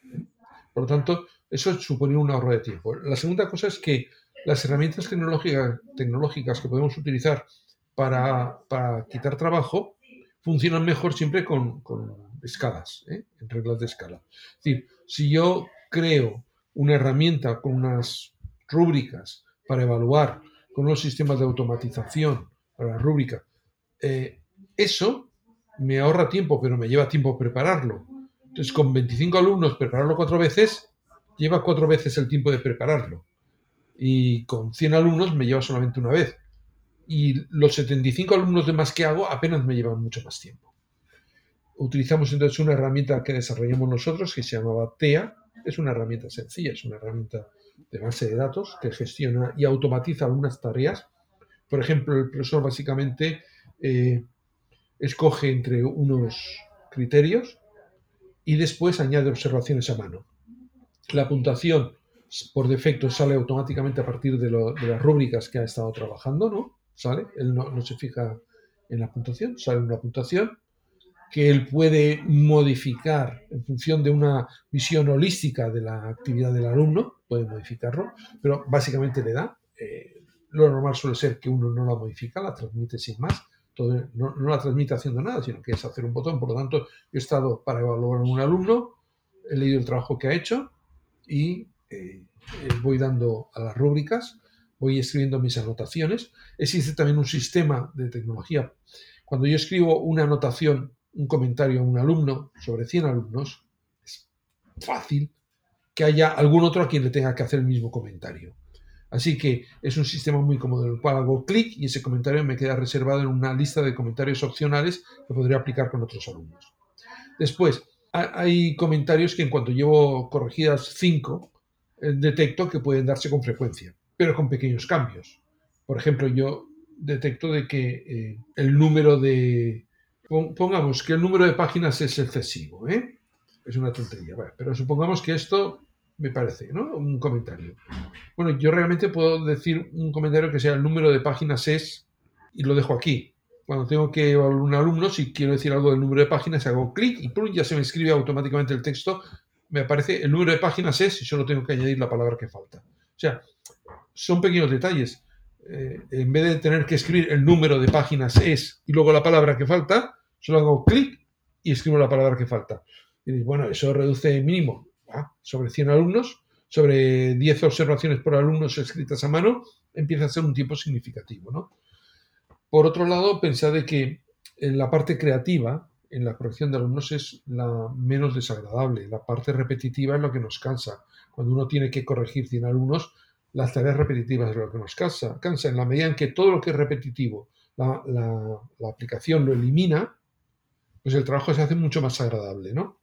Por lo tanto, eso supone un ahorro de tiempo. La segunda cosa es que las herramientas tecnológicas, tecnológicas que podemos utilizar para, para quitar trabajo funcionan mejor siempre con, con escalas, ¿eh? En reglas de escala. Es decir, si yo creo una herramienta con unas rúbricas para evaluar, con unos sistemas de automatización para la rúbrica, eh, eso me ahorra tiempo, pero me lleva tiempo prepararlo. Entonces, con veinticinco alumnos, prepararlo cuatro veces, lleva cuatro veces el tiempo de prepararlo. Y con cien alumnos me lleva solamente una vez. Y los setenta y cinco alumnos de más que hago apenas me llevan mucho más tiempo. Utilizamos entonces una herramienta que desarrollamos nosotros que se llamaba T E A. Es una herramienta sencilla, es una herramienta de base de datos que gestiona y automatiza algunas tareas. Por ejemplo, el profesor básicamente eh, escoge entre unos criterios y después añade observaciones a mano. La puntuación por defecto sale automáticamente a partir de, lo, de las rúbricas que ha estado trabajando, ¿no? Sale, él no, no se fija en la puntuación, sale una puntuación que él puede modificar en función de una visión holística de la actividad del alumno, puede modificarlo, pero básicamente le da. Eh, lo normal suele ser que uno no la modifica, la transmite sin más, todo, no, no la transmite haciendo nada, sino que es hacer un botón. Por lo tanto, yo he estado para evaluar a un alumno, he leído el trabajo que ha hecho y eh, voy dando a las rúbricas, voy escribiendo mis anotaciones. Existe también un sistema de tecnología. Cuando yo escribo una anotación, un comentario a un alumno sobre cien alumnos, es fácil que haya algún otro a quien le tenga que hacer el mismo comentario. Así que es un sistema muy cómodo en el cual hago clic y ese comentario me queda reservado en una lista de comentarios opcionales que podría aplicar con otros alumnos. Después, hay comentarios que en cuanto llevo corregidas cinco, detecto que pueden darse con frecuencia, pero con pequeños cambios. Por ejemplo, yo detecto de que eh, el número de... Pongamos que el número de páginas es excesivo, ¿eh? Es una tontería, vale, pero supongamos que esto me parece, ¿no? Un comentario. Bueno, yo realmente puedo decir un comentario que sea el número de páginas es y lo dejo aquí. Cuando tengo que evaluar un alumno, si quiero decir algo del número de páginas, hago clic y ¡pum! Ya se me escribe automáticamente el texto. Me aparece el número de páginas es y solo tengo que añadir la palabra que falta. O sea, son pequeños detalles. Eh, en vez de tener que escribir el número de páginas es y luego la palabra que falta, solo hago clic y escribo la palabra que falta. Y bueno, eso reduce mínimo ah, sobre cien alumnos, sobre diez observaciones por alumnos escritas a mano, empieza a ser un tiempo significativo, ¿no? Por otro lado, pensad de que en la parte creativa, en la corrección de alumnos, es la menos desagradable. La parte repetitiva es lo que nos cansa. Cuando uno tiene que corregir cien alumnos, las tareas repetitivas es lo que nos cansa. cansa. En la medida en que todo lo que es repetitivo, la, la, la aplicación lo elimina, pues el trabajo se hace mucho más agradable, ¿no?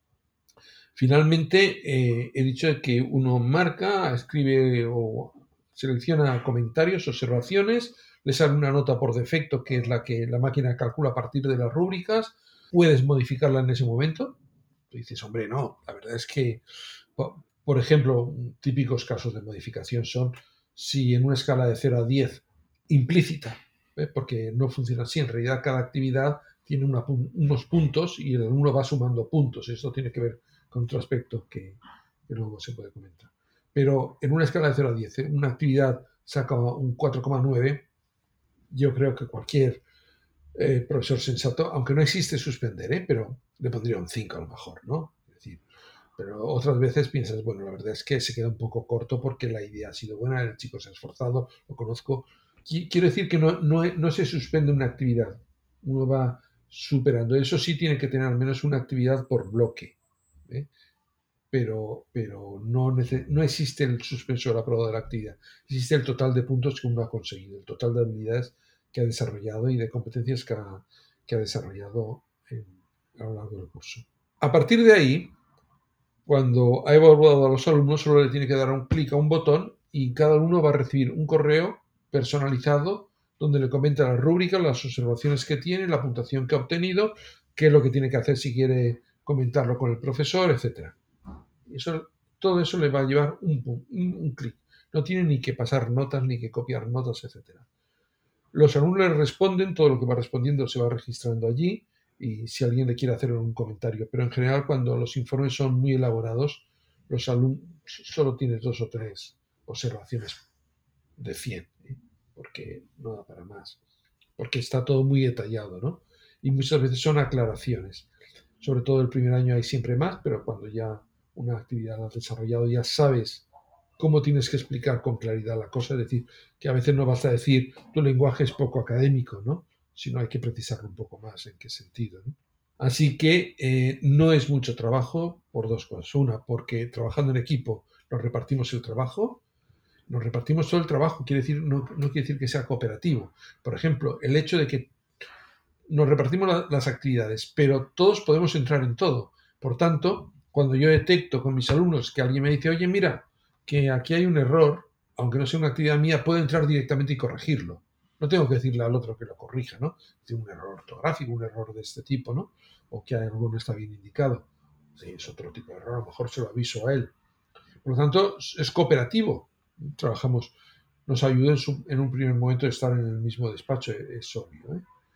Finalmente, eh, he dicho que uno marca, escribe o selecciona comentarios, observaciones, le sale una nota por defecto que es la que la máquina calcula a partir de las rúbricas, puedes modificarla en ese momento. Tú dices, hombre, no, la verdad es que, por ejemplo, típicos casos de modificación son si en una escala de cero a diez implícita, ¿eh? Porque no funciona así, en realidad cada actividad tiene una, unos puntos y el alumno va sumando puntos, esto tiene que ver con otro aspecto que, que luego se puede comentar. Pero en una escala de cero a diez, ¿eh? Una actividad saca un cuatro coma nueve, yo creo que cualquier eh, profesor sensato, aunque no existe suspender, ¿eh? Pero le pondría un cinco a lo mejor, ¿no? Es decir, pero otras veces piensas, bueno, la verdad es que se queda un poco corto porque la idea ha sido buena, el chico se ha esforzado, lo conozco. Quiero decir que no, no, no se suspende una actividad, uno va superando. Eso sí tiene que tener al menos una actividad por bloque, ¿eh? Pero, pero no, no existe el suspensor aprobado de la actividad. Existe el total de puntos que uno ha conseguido, el total de habilidades que ha desarrollado y de competencias que ha, que ha desarrollado en, a lo largo del curso. A partir de ahí, cuando ha evaluado a los alumnos, solo le tiene que dar un clic a un botón y cada alumno va a recibir un correo personalizado donde le comenta las rúbricas, las observaciones que tiene, la puntuación que ha obtenido, qué es lo que tiene que hacer si quiere comentarlo con el profesor, etcétera. Eso, todo eso le va a llevar un, un, un clic. No tiene ni que pasar notas, ni que copiar notas, etcétera. Los alumnos le responden, todo lo que va respondiendo se va registrando allí y si alguien le quiere hacer un comentario. Pero en general, cuando los informes son muy elaborados, los alumnos solo tienes dos o tres observaciones de cien, ¿eh? Porque no da para más. Porque está todo muy detallado, ¿no? Y muchas veces son aclaraciones. Sobre todo el primer año hay siempre más, pero cuando ya una actividad la has desarrollado ya sabes cómo tienes que explicar con claridad la cosa, es decir, que a veces no basta decir tu lenguaje es poco académico, ¿no? Sino hay que precisarlo un poco más en qué sentido, ¿no? Así que eh, no es mucho trabajo por dos cosas. Una, porque trabajando en equipo nos repartimos el trabajo, nos repartimos todo el trabajo, quiere decir, no, no quiere decir que sea cooperativo. Por ejemplo, el hecho de que nos repartimos la, las actividades, pero todos podemos entrar en todo. Por tanto, cuando yo detecto con mis alumnos que alguien me dice, oye, mira, que aquí hay un error, aunque no sea una actividad mía, puedo entrar directamente y corregirlo. No tengo que decirle al otro que lo corrija, ¿no? Tiene un error ortográfico, un error de este tipo, ¿no? O que algo no está bien indicado. Sí, es otro tipo de error, a lo mejor se lo aviso a él. Por lo tanto, es cooperativo. Trabajamos, nos ayuda en, su, en un primer momento de estar en el mismo despacho, es obvio, ¿eh?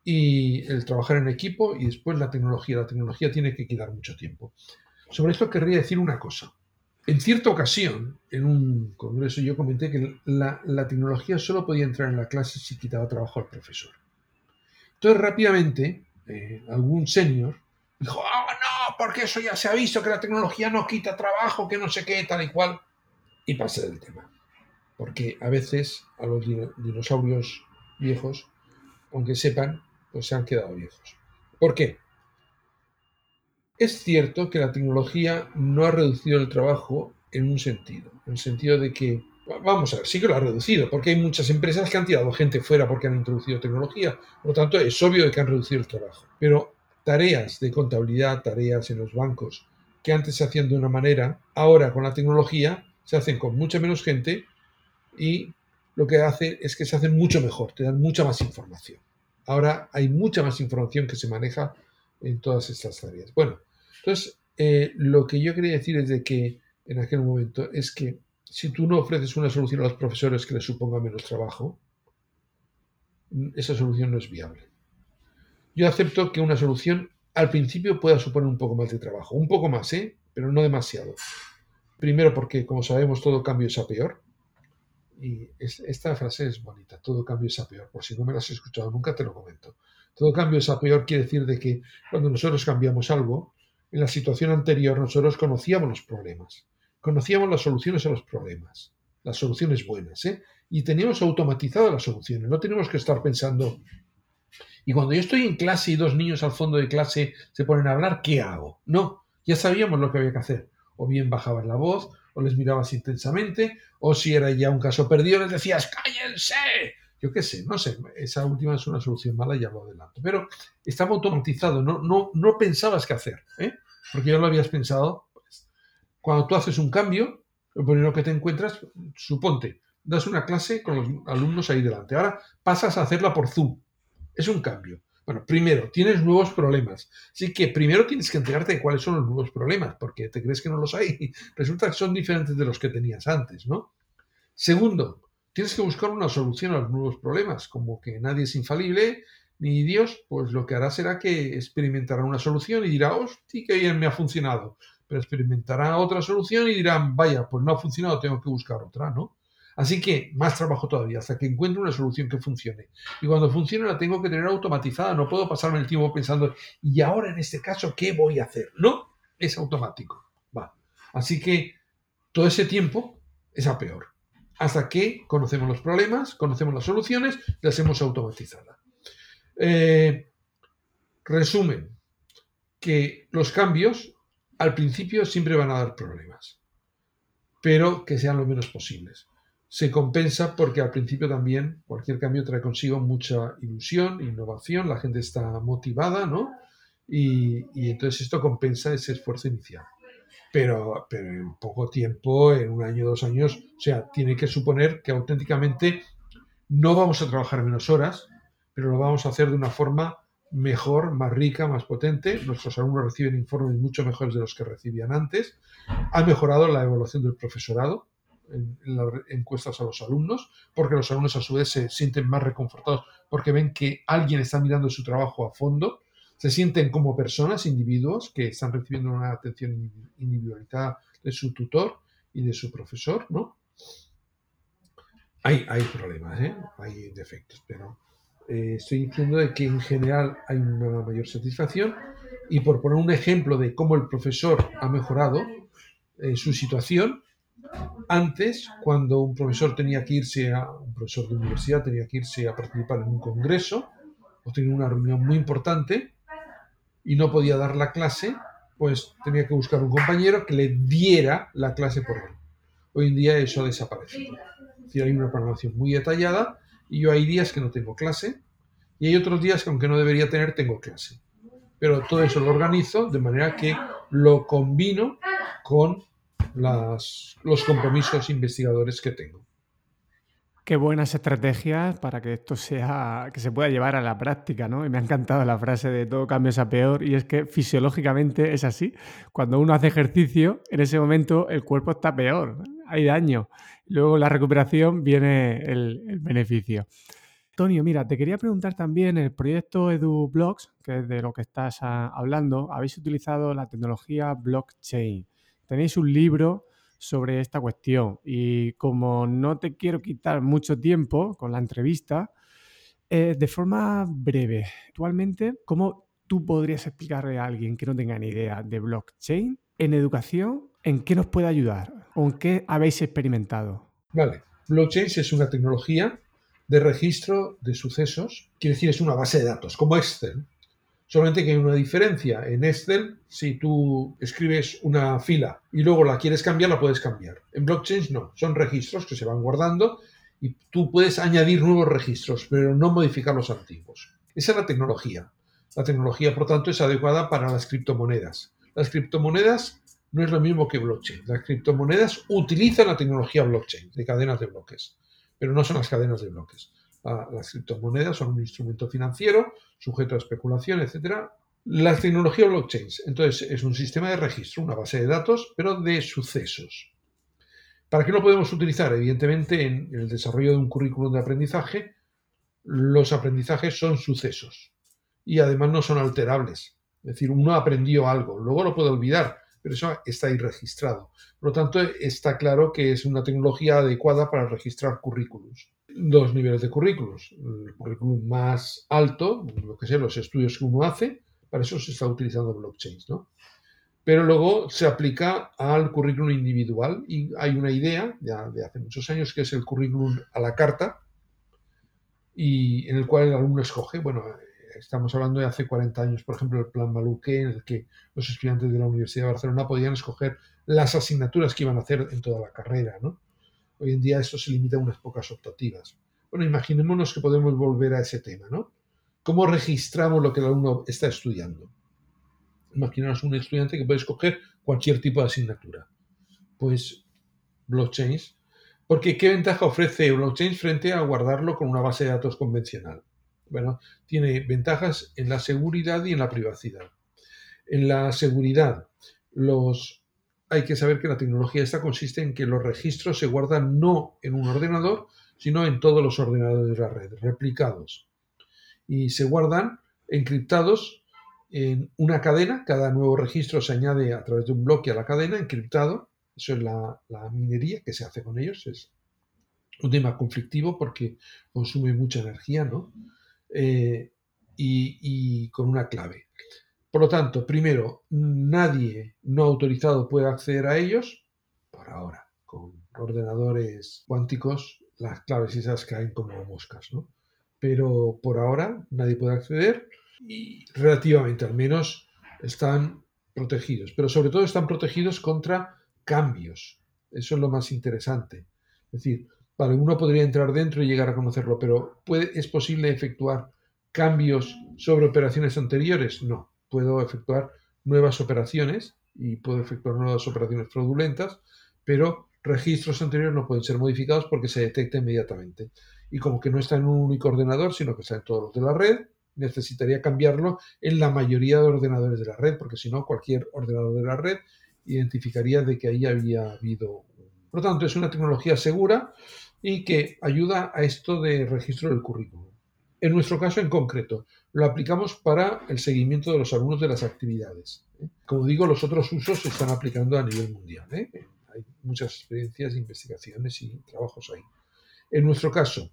y el trabajar en equipo y después la tecnología. La tecnología tiene que quedar mucho tiempo. Sobre esto querría decir una cosa. En cierta ocasión, en un congreso, yo comenté que la, la tecnología solo podía entrar en la clase si quitaba trabajo al profesor. Entonces, rápidamente, eh, algún senior dijo, ¡ah, no! Porque eso ya se ha visto, que la tecnología no quita trabajo, que no sé qué, tal y cual. Y pasé del tema. Porque a veces a los dinosaurios viejos, aunque sepan, pues se han quedado viejos. ¿Por qué? Es cierto que la tecnología no ha reducido el trabajo en un sentido, en el sentido de que, vamos a ver, sí que lo ha reducido, porque hay muchas empresas que han tirado gente fuera porque han introducido tecnología, por lo tanto es obvio de que han reducido el trabajo. Pero tareas de contabilidad, tareas en los bancos, que antes se hacían de una manera, ahora con la tecnología se hacen con mucha menos gente y lo que hace es que se hacen mucho mejor, te dan mucha más información. Ahora hay mucha más información que se maneja en todas estas tareas. Bueno, entonces eh, lo que yo quería decir es de que en aquel momento es que si tú no ofreces una solución a los profesores que les suponga menos trabajo, esa solución no es viable. Yo acepto que una solución al principio pueda suponer un poco más de trabajo, un poco más, ¿eh? Pero no demasiado. Primero porque, como sabemos, todo cambio es a peor. Y es, esta frase es bonita, todo cambio es a peor. Por si no me la has escuchado nunca, te lo comento. Todo cambio es a peor quiere decir de que cuando nosotros cambiamos algo, en la situación anterior nosotros conocíamos los problemas, conocíamos las soluciones a los problemas, las soluciones buenas, ¿eh? Y teníamos automatizado las soluciones, no tenemos que estar pensando. Y cuando yo estoy en clase y dos niños al fondo de clase se ponen a hablar, ¿qué hago? No, ya sabíamos lo que había que hacer. O bien bajabas la voz, o les mirabas intensamente, o si era ya un caso perdido, les decías, ¡cállense! Yo qué sé, no sé, esa última es una solución mala, ya lo adelanto. Pero estaba automatizado, no, no, no pensabas qué hacer, ¿eh? Porque ya lo habías pensado. Pues, cuando tú haces un cambio, lo primero que te encuentras, suponte, das una clase con los alumnos ahí delante. Ahora pasas a hacerla por Zoom. Es un cambio. Bueno, primero, tienes nuevos problemas. Así que primero tienes que enterarte de cuáles son los nuevos problemas, porque te crees que no los hay. Resulta que son diferentes de los que tenías antes, ¿no? Segundo, tienes que buscar una solución a los nuevos problemas. Como que nadie es infalible, ni Dios, pues lo que hará será que experimentará una solución y dirá, hostia, qué bien me ha funcionado. Pero experimentará otra solución y dirán, vaya, pues no ha funcionado, tengo que buscar otra, ¿no? Así que más trabajo todavía, hasta que encuentre una solución que funcione. Y cuando funcione la tengo que tener automatizada, no puedo pasarme el tiempo pensando, ¿y ahora en este caso qué voy a hacer? No, es automático. Va. Así que todo ese tiempo es a peor. Hasta que conocemos los problemas, conocemos las soluciones, las hemos automatizado. Eh, resumen, que los cambios al principio siempre van a dar problemas, pero que sean lo menos posibles. Se compensa porque al principio también cualquier cambio trae consigo mucha ilusión, innovación, la gente está motivada, ¿no? Y, y entonces esto compensa ese esfuerzo inicial. Pero, pero en poco tiempo, en un año, dos años, o sea, tiene que suponer que auténticamente no vamos a trabajar menos horas, pero lo vamos a hacer de una forma mejor, más rica, más potente. Nuestros alumnos reciben informes mucho mejores de los que recibían antes. Ha mejorado la evaluación del profesorado en, en las encuestas a los alumnos, porque los alumnos a su vez se sienten más reconfortados porque ven que alguien está mirando su trabajo a fondo, se sienten como personas, individuos que están recibiendo una atención individualizada de su tutor y de su profesor, ¿no? Hay, hay problemas, ¿eh? Hay defectos, pero eh, estoy diciendo de que en general hay una mayor satisfacción. Y por poner un ejemplo de cómo el profesor ha mejorado eh, su situación, antes, cuando un profesor tenía que irse a, un profesor de universidad tenía que irse a participar en un congreso o tenía una reunión muy importante y no podía dar la clase, pues tenía que buscar un compañero que le diera la clase por él. Hoy en día eso ha desaparecido. Es decir, hay una programación muy detallada y yo hay días que no tengo clase y hay otros días que aunque no debería tener, tengo clase. Pero todo eso lo organizo de manera que lo combino con las, los compromisos investigadores que tengo. Qué buenas estrategias para que esto sea, que se pueda llevar a la práctica, ¿no? Y me ha encantado la frase de todo cambio es a peor, y es que fisiológicamente es así. Cuando uno hace ejercicio, en ese momento el cuerpo está peor, hay daño. Luego la recuperación viene el, el beneficio. Antonio, mira, te quería preguntar también, el proyecto EduBlocks, que es de lo que estás ah, hablando, habéis utilizado la tecnología blockchain. Tenéis un libro sobre esta cuestión y como no te quiero quitar mucho tiempo con la entrevista, eh, de forma breve, actualmente, ¿cómo tú podrías explicarle a alguien que no tenga ni idea de blockchain en educación, en qué nos puede ayudar o en qué habéis experimentado? Vale, blockchain es una tecnología de registro de sucesos, quiere decir es una base de datos, como Excel. Solamente que hay una diferencia. En Excel, si tú escribes una fila y luego la quieres cambiar, la puedes cambiar. En blockchain no, son registros que se van guardando y tú puedes añadir nuevos registros, pero no modificar los antiguos. Esa es la tecnología. La tecnología, por tanto, es adecuada para las criptomonedas. Las criptomonedas no es lo mismo que blockchain. Las criptomonedas utilizan la tecnología blockchain, de cadenas de bloques, pero no son las cadenas de bloques. Las criptomonedas son un instrumento financiero sujeto a especulación, etcétera. La tecnología blockchain, entonces, es un sistema de registro, una base de datos, pero de sucesos. ¿Para qué lo podemos utilizar? Evidentemente, en el desarrollo de un currículum de aprendizaje, los aprendizajes son sucesos y además no son alterables. Es decir, uno aprendió algo, luego lo puede olvidar, pero eso está ahí registrado. Por lo tanto, está claro que es una tecnología adecuada para registrar currículums. Dos niveles de currículos. El currículum más alto, lo que sea, los estudios que uno hace, para eso se está utilizando blockchain, ¿no? Pero luego se aplica al currículum individual y hay una idea ya de hace muchos años que es el currículum a la carta y en el cual el alumno escoge, bueno, estamos hablando de hace cuarenta años, por ejemplo, el plan Maluqué, en el que los estudiantes de la Universidad de Barcelona podían escoger las asignaturas que iban a hacer en toda la carrera, ¿no? Hoy en día esto se limita a unas pocas optativas. Bueno, imaginémonos que podemos volver a ese tema, ¿no? ¿Cómo registramos lo que el alumno está estudiando? Imaginaos un estudiante que puede escoger cualquier tipo de asignatura. Pues blockchain. Porque ¿qué ventaja ofrece blockchain frente a guardarlo con una base de datos convencional? Bueno, tiene ventajas en la seguridad y en la privacidad. En la seguridad, los hay que saber que la tecnología esta consiste en que los registros se guardan no en un ordenador, sino en todos los ordenadores de la red, replicados. Y se guardan encriptados en una cadena. Cada nuevo registro se añade a través de un bloque a la cadena, encriptado. Eso es la, la minería que se hace con ellos. Es un tema conflictivo porque consume mucha energía, ¿no? Eh, y, y con una clave. Por lo tanto, primero, nadie no autorizado puede acceder a ellos, por ahora. Con ordenadores cuánticos, las claves esas caen como moscas, ¿no? Pero por ahora nadie puede acceder y relativamente al menos están protegidos. Pero sobre todo están protegidos contra cambios. Eso es lo más interesante. Es decir, vale, uno podría entrar dentro y llegar a conocerlo, pero ¿puede, ¿es posible efectuar cambios sobre operaciones anteriores? No. Puedo efectuar nuevas operaciones y puedo efectuar nuevas operaciones fraudulentas, pero registros anteriores no pueden ser modificados porque se detecta inmediatamente. Y como que no está en un único ordenador, sino que está en todos los de la red, necesitaría cambiarlo en la mayoría de ordenadores de la red, porque si no, cualquier ordenador de la red identificaría de que ahí había habido. Por lo tanto, es una tecnología segura y que ayuda a esto de registro del currículum. En nuestro caso en concreto, lo aplicamos para el seguimiento de los alumnos de las actividades. Como digo, los otros usos se están aplicando a nivel mundial. ¿eh? Hay muchas experiencias, investigaciones y trabajos ahí. En nuestro caso,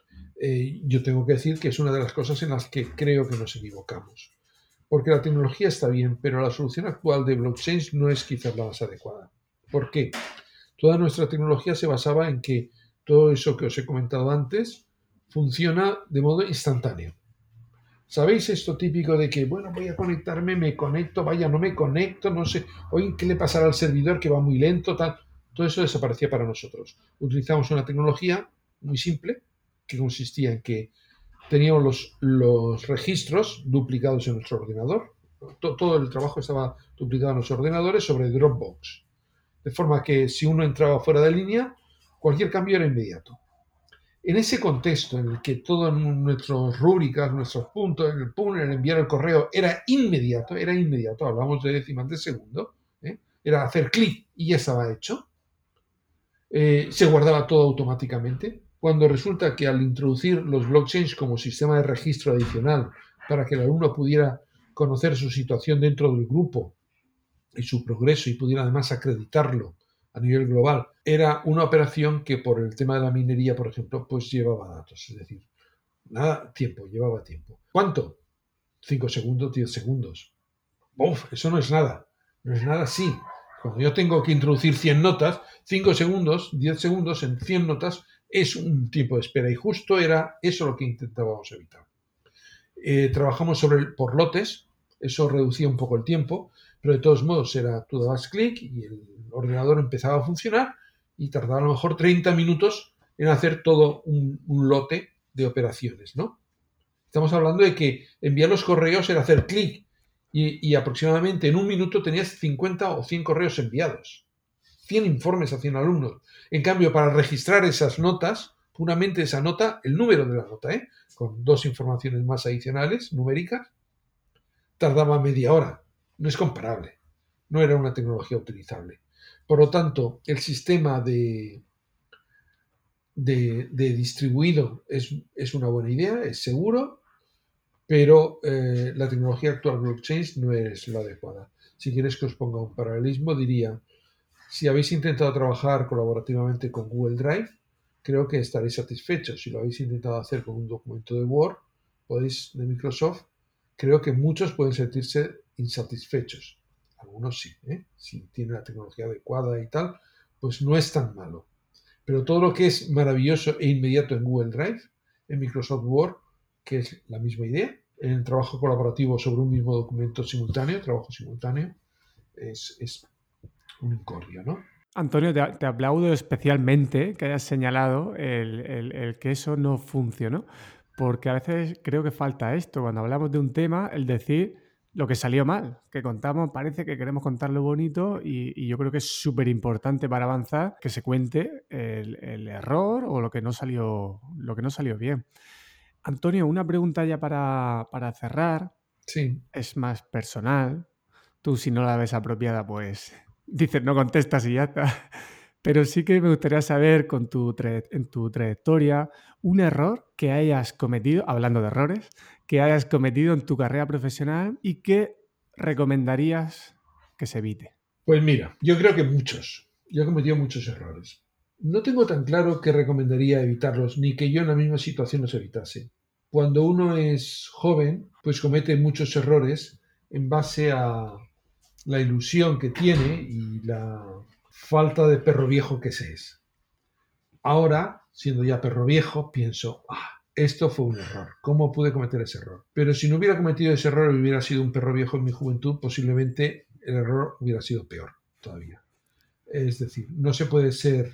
eh, yo tengo que decir que es una de las cosas en las que creo que nos equivocamos. Porque la tecnología está bien, pero la solución actual de blockchain no es quizás la más adecuada. ¿Por qué? Toda nuestra tecnología se basaba en que todo eso que os he comentado antes funciona de modo instantáneo. ¿Sabéis esto típico de que, bueno, voy a conectarme, me conecto, vaya, no me conecto, no sé, oye, ¿qué le pasará al servidor que va muy lento, tal? Todo eso desaparecía para nosotros. Utilizamos una tecnología muy simple que consistía en que teníamos los, los registros duplicados en nuestro ordenador. Todo, todo el trabajo estaba duplicado en los ordenadores sobre Dropbox. De forma que si uno entraba fuera de línea, cualquier cambio era inmediato. En ese contexto en el que todas nuestras rúbricas, nuestros puntos, el pum, el enviar el correo era inmediato, era inmediato, hablamos de décimas de segundo, ¿eh? Era hacer clic y ya estaba hecho, eh, se guardaba todo automáticamente, cuando resulta que al introducir los blockchains como sistema de registro adicional para que el alumno pudiera conocer su situación dentro del grupo y su progreso y pudiera además acreditarlo a nivel global, era una operación que por el tema de la minería, por ejemplo, pues llevaba datos, es decir, nada, tiempo, llevaba tiempo. ¿Cuánto? cinco segundos, diez segundos. Uf, eso no es nada, no es nada así. Cuando yo tengo que introducir cien notas, cinco segundos, diez segundos en cien notas es un tiempo de espera y justo era eso lo que intentábamos evitar. Eh, trabajamos sobre el, por lotes, eso reducía un poco el tiempo, pero de todos modos era, tú dabas clic y el ordenador empezaba a funcionar y tardaba a lo mejor treinta minutos en hacer todo un, un lote de operaciones, ¿no? Estamos hablando de que enviar los correos era hacer clic y, y aproximadamente en un minuto tenías cincuenta o cien correos enviados, cien informes a cien alumnos. En cambio, para registrar esas notas, puramente esa nota, el número de la nota, ¿eh? Con dos informaciones más adicionales, numéricas, tardaba media hora. No es comparable. No era una tecnología utilizable. Por lo tanto, el sistema de, de, de distribuido es, es una buena idea, es seguro, pero eh, la tecnología actual blockchain no es la adecuada. Si quieres que os ponga un paralelismo, diría, si habéis intentado trabajar colaborativamente con Google Drive, creo que estaréis satisfechos. Si lo habéis intentado hacer con un documento de Word, podéis, de Microsoft, creo que muchos pueden sentirse insatisfechos. Algunos sí, ¿eh? Si tiene la tecnología adecuada y tal, pues no es tan malo. Pero todo lo que es maravilloso e inmediato en Google Drive, en Microsoft Word, que es la misma idea, en el trabajo colaborativo sobre un mismo documento simultáneo, trabajo simultáneo, es, es un incordio, ¿no? Antonio, te, te aplaudo especialmente que hayas señalado el, el, el que eso no funcionó, porque a veces creo que falta esto, cuando hablamos de un tema, el decir lo que salió mal, que contamos, parece que queremos contar lo bonito y, y yo creo que es súper importante para avanzar que se cuente el, el error o lo que no salió, lo que no salió bien. Antonio, una pregunta ya para, para cerrar, Sí. es más personal. Tú, si no la ves apropiada, pues dices no contestas y ya está. Pero sí que me gustaría saber con tu tra- en tu trayectoria un error que hayas cometido, hablando de errores, que hayas cometido en tu carrera profesional y que recomendarías que se evite. Pues mira, yo creo que muchos. Yo he cometido muchos errores. No tengo tan claro que recomendaría evitarlos, ni que yo en la misma situación los evitase. Cuando uno es joven, pues comete muchos errores en base a la ilusión que tiene y la falta de perro viejo que se es. Ahora, siendo ya perro viejo, pienso, ah, esto fue un error. ¿Cómo pude cometer ese error? Pero si no hubiera cometido ese error y hubiera sido un perro viejo en mi juventud, posiblemente el error hubiera sido peor todavía. Es decir, no se puede ser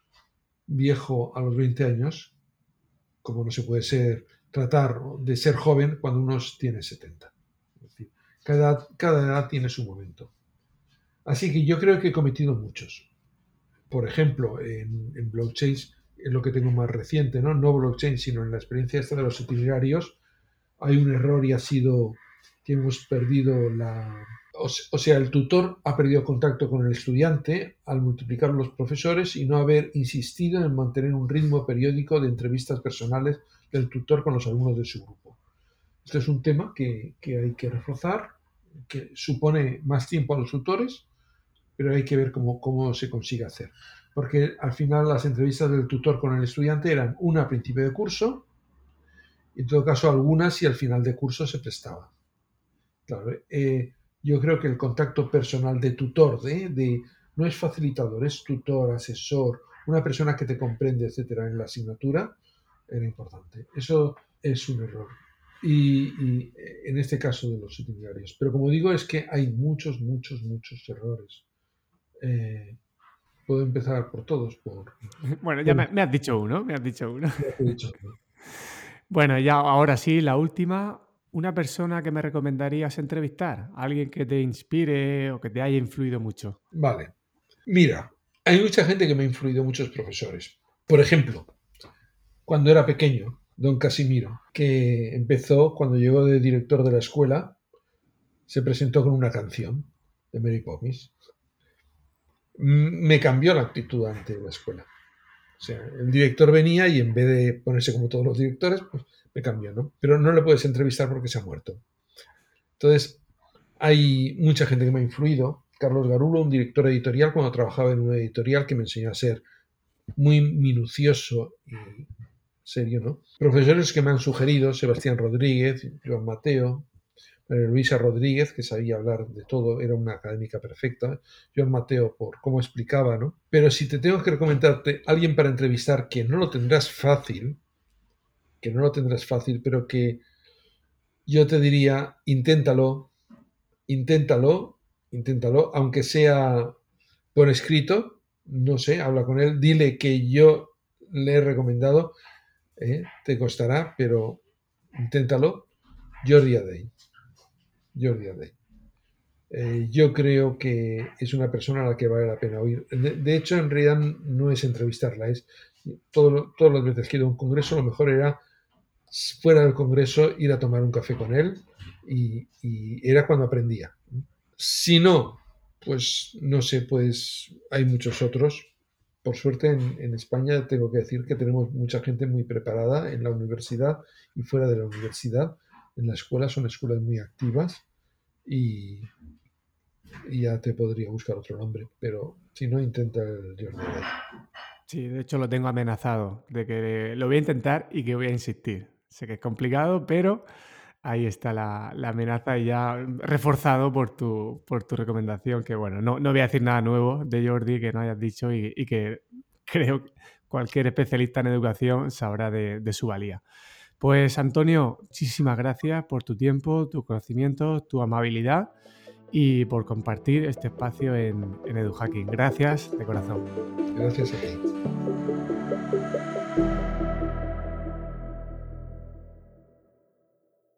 viejo a los veinte años, como no se puede ser tratar de ser joven cuando uno tiene setenta. Es decir, cada, cada edad tiene su momento. Así que yo creo que he cometido muchos. Por ejemplo, en, en blockchain, es lo que tengo más reciente, ¿no? No blockchain, sino en la experiencia esta de los itinerarios, hay un error y ha sido que hemos perdido la... O sea, el tutor ha perdido contacto con el estudiante al multiplicar los profesores y no haber insistido en mantener un ritmo periódico de entrevistas personales del tutor con los alumnos de su grupo. Este es un tema que, que hay que reforzar, que supone más tiempo a los tutores, pero hay que ver cómo, cómo se consigue hacer. Porque al final las entrevistas del tutor con el estudiante eran una a principio de curso, y en todo caso algunas y al final de curso se prestaba. Claro, eh, yo creo que el contacto personal de tutor, de, de, no es facilitador, es tutor, asesor, una persona que te comprende, etcétera, en la asignatura, era importante. Eso es un error. Y, y en este caso de los itinerarios. Pero como digo, es que hay muchos, muchos, muchos errores. Eh, puedo empezar por todos. Por, Bueno, ya por, me, me has dicho uno, me has dicho uno. ya te he dicho, ¿no? Bueno, ya ahora sí, la última. Una persona que me recomendarías entrevistar, alguien que te inspire o que te haya influido mucho. Vale. Mira, hay mucha gente que me ha influido, muchos profesores. Por ejemplo, cuando era pequeño, don Casimiro, que empezó, cuando llegó de director de la escuela, se presentó con una canción de Mary Poppins. Me cambió la actitud ante la escuela. O sea, el director venía y en vez de ponerse como todos los directores, pues me cambió, ¿no? Pero no le puedes entrevistar porque se ha muerto. Entonces, hay mucha gente que me ha influido. Carlos Garulo, un director editorial, cuando trabajaba en una editorial, que me enseñó a ser muy minucioso y serio, ¿no? Profesores que me han sugerido: Sebastián Rodríguez, Joan Mateo, María Luisa Rodríguez, que sabía hablar de todo, era una académica perfecta. Joan Mateo, por cómo explicaba, ¿no? Pero si te tengo que recomendarte alguien para entrevistar, que no lo tendrás fácil, que no lo tendrás fácil, pero que yo te diría, inténtalo, inténtalo, inténtalo, aunque sea por escrito, no sé, habla con él, dile que yo le he recomendado, ¿eh? Te costará, pero inténtalo. Jordi Adey. Jordi Adey. Eh, yo creo que es una persona a la que vale la pena oír. De, de hecho, en realidad no es entrevistarla, es todo, todas las veces que he ido a un congreso, lo mejor era, fuera del congreso, ir a tomar un café con él, y, y era cuando aprendía. Si no, pues no sé, pues hay muchos otros. Por suerte en, en España tengo que decir que tenemos mucha gente muy preparada en la universidad y fuera de la universidad. En la escuela son escuelas muy activas, y, y ya te podría buscar otro nombre, pero si no, intenta el Jordi Adey. Sí, de hecho lo tengo amenazado de que lo voy a intentar y que voy a insistir. Sé que es complicado, pero ahí está la, la amenaza, y ya reforzado por tu, por tu recomendación, que bueno, no, no voy a decir nada nuevo de Jordi que no hayas dicho, y, y que creo que cualquier especialista en educación sabrá de, de su valía. Pues Antonio, muchísimas gracias por tu tiempo, tus conocimientos, tu amabilidad y por compartir este espacio en, en EduHacking. Gracias de corazón. Gracias a ti.